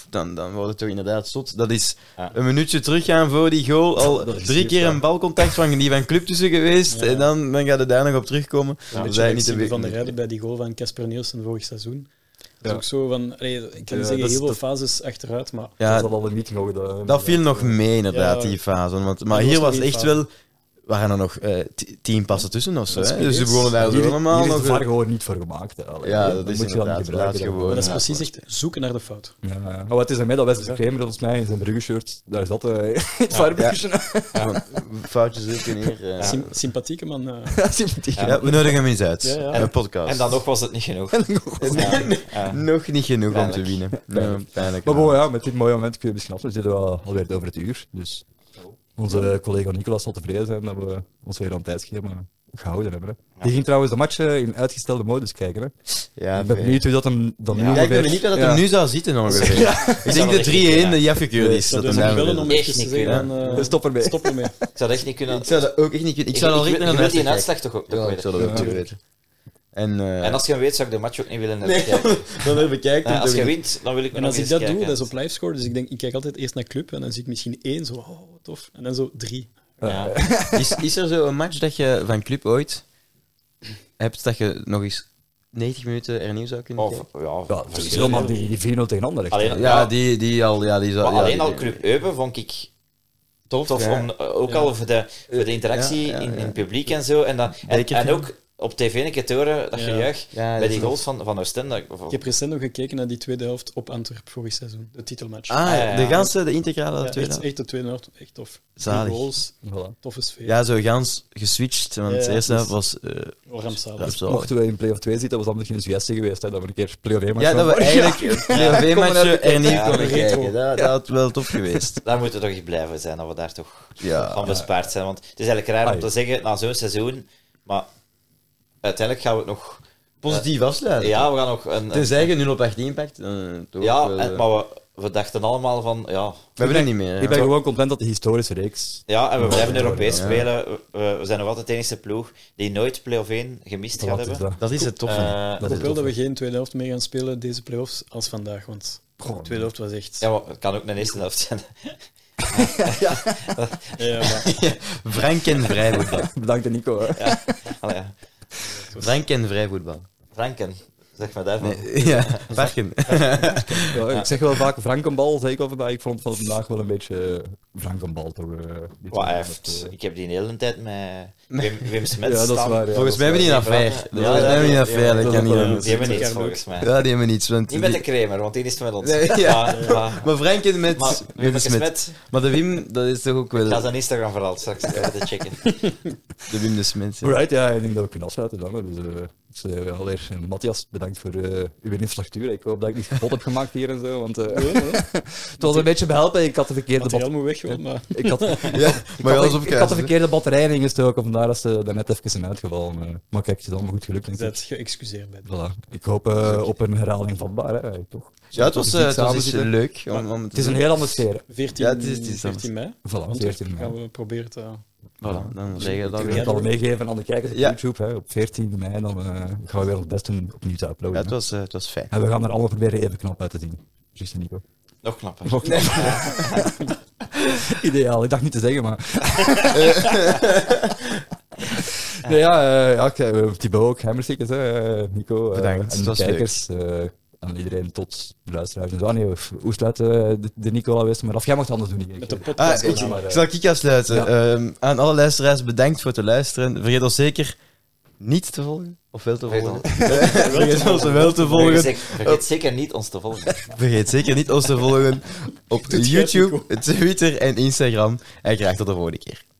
dan, dan wordt het toch inderdaad zot. Dat is Ja. een minuutje teruggaan voor die goal. Al Dat is drie juist, keer ja. een balcontact van die van club tussen geweest. Ja. En dan, dan gaat het daar nog op terugkomen. Een Dat is beetje eigenlijk niet te niet van der weten. Rijden bij die goal van Casper Nielsen vorig seizoen. Dat is Ja. ook zo van, allee, ik kan Ja, zeggen, dat is- heel veel dat- fases achteruit, maar Ja, dat is al niet nog. Dat, dat viel nog mee, inderdaad, Ja. die fase. Want, maar Dat hier was was nog echt één wel... waren er nog eh, t- tien passen tussen of zo. Dat is Hè? niet Dus ze eens. begonnen daar zo Hier, allemaal hier is nog... de V A R gewoon niet voor gemaakt. Hè. Allee, Ja, dan dat is moet je dat inderdaad, niet gebruiken. laat dan. gewoon. dat is Ja, precies echt zoeken naar de fout. Ja, ja. Maar wat is er mee dat Wesley Kramer volgens mij in zijn Brugge-shirt, daar zat hij in het vaarbusje. Gewoon Foutjes ook in hier. eh. Sym- sympathieke man. eh. Ja, sympathiek. Ja, we nodigen hem eens uit. Ja, ja. En een podcast. En dan nog was het niet genoeg. Ja, Ja. nog niet genoeg om te Pijnlijk. winnen. Ja, pijnlijk. Maar bon, ja, met dit mooie moment kun je misschien af. We zitten wel alweer over het uur. Dus onze collega Nicolas zal tevreden zijn dat we ons weer aan het tijdschema gehouden hebben. Hè. Die ging trouwens de match eh, in uitgestelde modus kijken. Hè. Ja, Ik ben benieuwd hoe dat hem dan nu Ja, ik ben ongeveer- benieuwd dat het Ja. hem nu zou zitten ongeveer. Ik denk de drie één die afgekeurd is. zou Dat dus hem ook daar willen om wil. even Echt te niet zeggen, kunnen. van, eh, Stop ermee. Stop ermee. Ik zou dat echt niet kunnen... Ik zou dat ook echt niet kunnen. Ik zou Ik- al ik direct wil- naar je een wilt die wedstrijd uitslag toch ook, kijken. toch Ja, ik zou dat ook weten? terug weten. En, eh, En als je hem weet, zou ik de match ook niet willen nee, kijken. dan even kijken. Ja, als je toch wint, dan wil ik En nog als ik eens dat kijken. doe, dat is op livescore, dus ik denk, ik kijk altijd eerst naar club en dan zie ik misschien één, zo, oh, tof. En dan zo drie. Ja. Is, is er zo een match dat je van club ooit hebt dat je nog eens negentig minuten hernieuw zou kunnen Of, kijken? ja, Ja, het is verschillende. helemaal die, die vier nul tegen Anderlecht. Alleen- hè. Ja, ja. die, die al... Ja, die zou, Maar ja, alleen die- al Club Eupen vond ik tof. tof, ja. om, uh, ook Ja. al voor de, voor de interactie Ja, ja, in, in ja. het publiek en zo. En, dat, en, Zeker. en ook op tv een keer te horen dat Ja. gejuich Ja, bij dat die is goals van, van Oostende. Ik heb recent nog gekeken naar die tweede helft op Antwerp vorig seizoen, de titelmatch. Ah, Ah, ja, ja. de ganse, de integrale Ja, tweede. echt, echt de tweede helft, echt tof. Zalig. Drie goals, Voilà. toffe sfeer. Ja, zo gans geswitcht, want Ja, ja, de eerste dus- helft was... eh, Oh, rampzalig. rampzalig. Mochten we in play-off twee zitten, was dat misschien een suggestie geweest. Hè, dat we een keer play-off één Ja, dat we eigenlijk de matchen er niet Ja, konden retro. kijken. Dat, dat had wel tof geweest. Daar moeten we toch echt blijven zijn, dat we daar toch Ja. van bespaard zijn. Want het is eigenlijk raar om Ai. te zeggen, na zo'n seizoen, maar uiteindelijk gaan we het nog... Positief afsluiten. Ja, we gaan nog een... een- Tenzij je nul op achttien pakt, dan toch ja, wel, en- eh, maar we, we dachten allemaal van, ja... we hebben het niet meer. Ik Ja. ben gewoon content dat de historische reeks... Ja, en we blijven Ja, Europees ja. spelen. We, we zijn nog altijd de enige ploeg die nooit play-off één gemist gaat Wat is hebben. dat? Dat is het toffe. Eh, Ik hoop wel dat we geen tweede helft meer gaan spelen deze play-offs als vandaag, want de Goh, tweede helft was echt... ja, maar het kan ook een eerste helft zijn. Ja, maar Frank en vrijvoetbal. Bedankt Nico. Hè. Allee, ja. Frank en vrijvoetbal. Franken, zeg maar daarvan. Nee, ja, Varken. Ja, ik zeg wel vaak Frankenbal, zei ik wel vandaag. Ik vond het vandaag wel een beetje eh, Frankenbal toch. eh, dit Wat hij met, heeft, eh, ik heb die een hele tijd met Wim, Wim Smets Ja, dat is staan. waar, ja. Volgens mij hebben die een Die affaire. praten- Volgens mij hebben die een affaire, dat dat kan is niet wel- anders. Die hebben niets, elkaar volgens mij. Ja, die hebben niets. Want Niet met de die- Kramer, want die is met ons. Nee, ja. Maar, maar, Maar Frank en met, maar met Wim de Smet. Smet, Maar de Wim, dat is toch ook wel... ik ga zijn Instagram vooral straks even te checken. De Wim de Smet. ja. Alright, ja, ik denk dat we kunnen afsluiten dan. hè. Dus, eh, dus uh, allereerst, uh, Matthias, bedankt voor uh, uw infrastructuur. Ik hoop dat ik niet kapot heb gemaakt hier en zo. Want uh, nee, nee. het was een beetje behelpen. Ik had de verkeerde materiaal bat- moet weg, hoor, maar... ik had, Ja, ik maar had, alles ik, ik had de opkruisen. verkeerde batterij ingestoken, vandaar dat ze daar net even zijn uitgevallen. Uh, maar kijk, het is allemaal goed gelukt. Je Denk ik. bent geëxcuseerd bij de... Voilà. Ik hoop uh, op een herhaling vatbaar. Hè, toch. Ja, het was, Toch eh, iets het was samen echt zitten. leuk. Om, om Het is een heel andere sfeer. veertien, Ja, het is- het is veertien mei. Voilà, Want veertien mei. gaan we proberen te... Voilà, dan zeg je dat Ik wil weer. het al meegeven aan de kijkers op Ja. YouTube. Hè. Op veertien mei dan, uh, gaan we weer ons best doen opnieuw te Ja, uploaden. het hè. was, eh, het was fijn. En we gaan er allemaal proberen even knap uit te zien. Juist, Nico. Nog knapper. Nog knap. Ideaal, ik dacht niet te zeggen, maar... nee, ja, uh, ja ik, uh, Thibaut ook, Hammerstickers, hè, uh, Nico. Uh, Bedankt, en het de was kijkers. Uh, aan iedereen tot de luisteraars. En zo. Ah, nee, hoe sluit uh, de, de Nico al wist, maar of jij mag het anders doen. Niet, Met de Ah, podcast. ik, Ja, maar, eh, zal ik afsluiten. Ja. Ehm, aan alle luisteraars, bedankt voor het luisteren. Vergeet ons zeker niet te volgen. Of wel te volgen. Vergeet ons wel te Vergeet, volgen. zeker, vergeet zeker niet ons te volgen. Vergeet zeker niet ons te volgen op YouTube, Twitter en Instagram. En graag tot de volgende keer.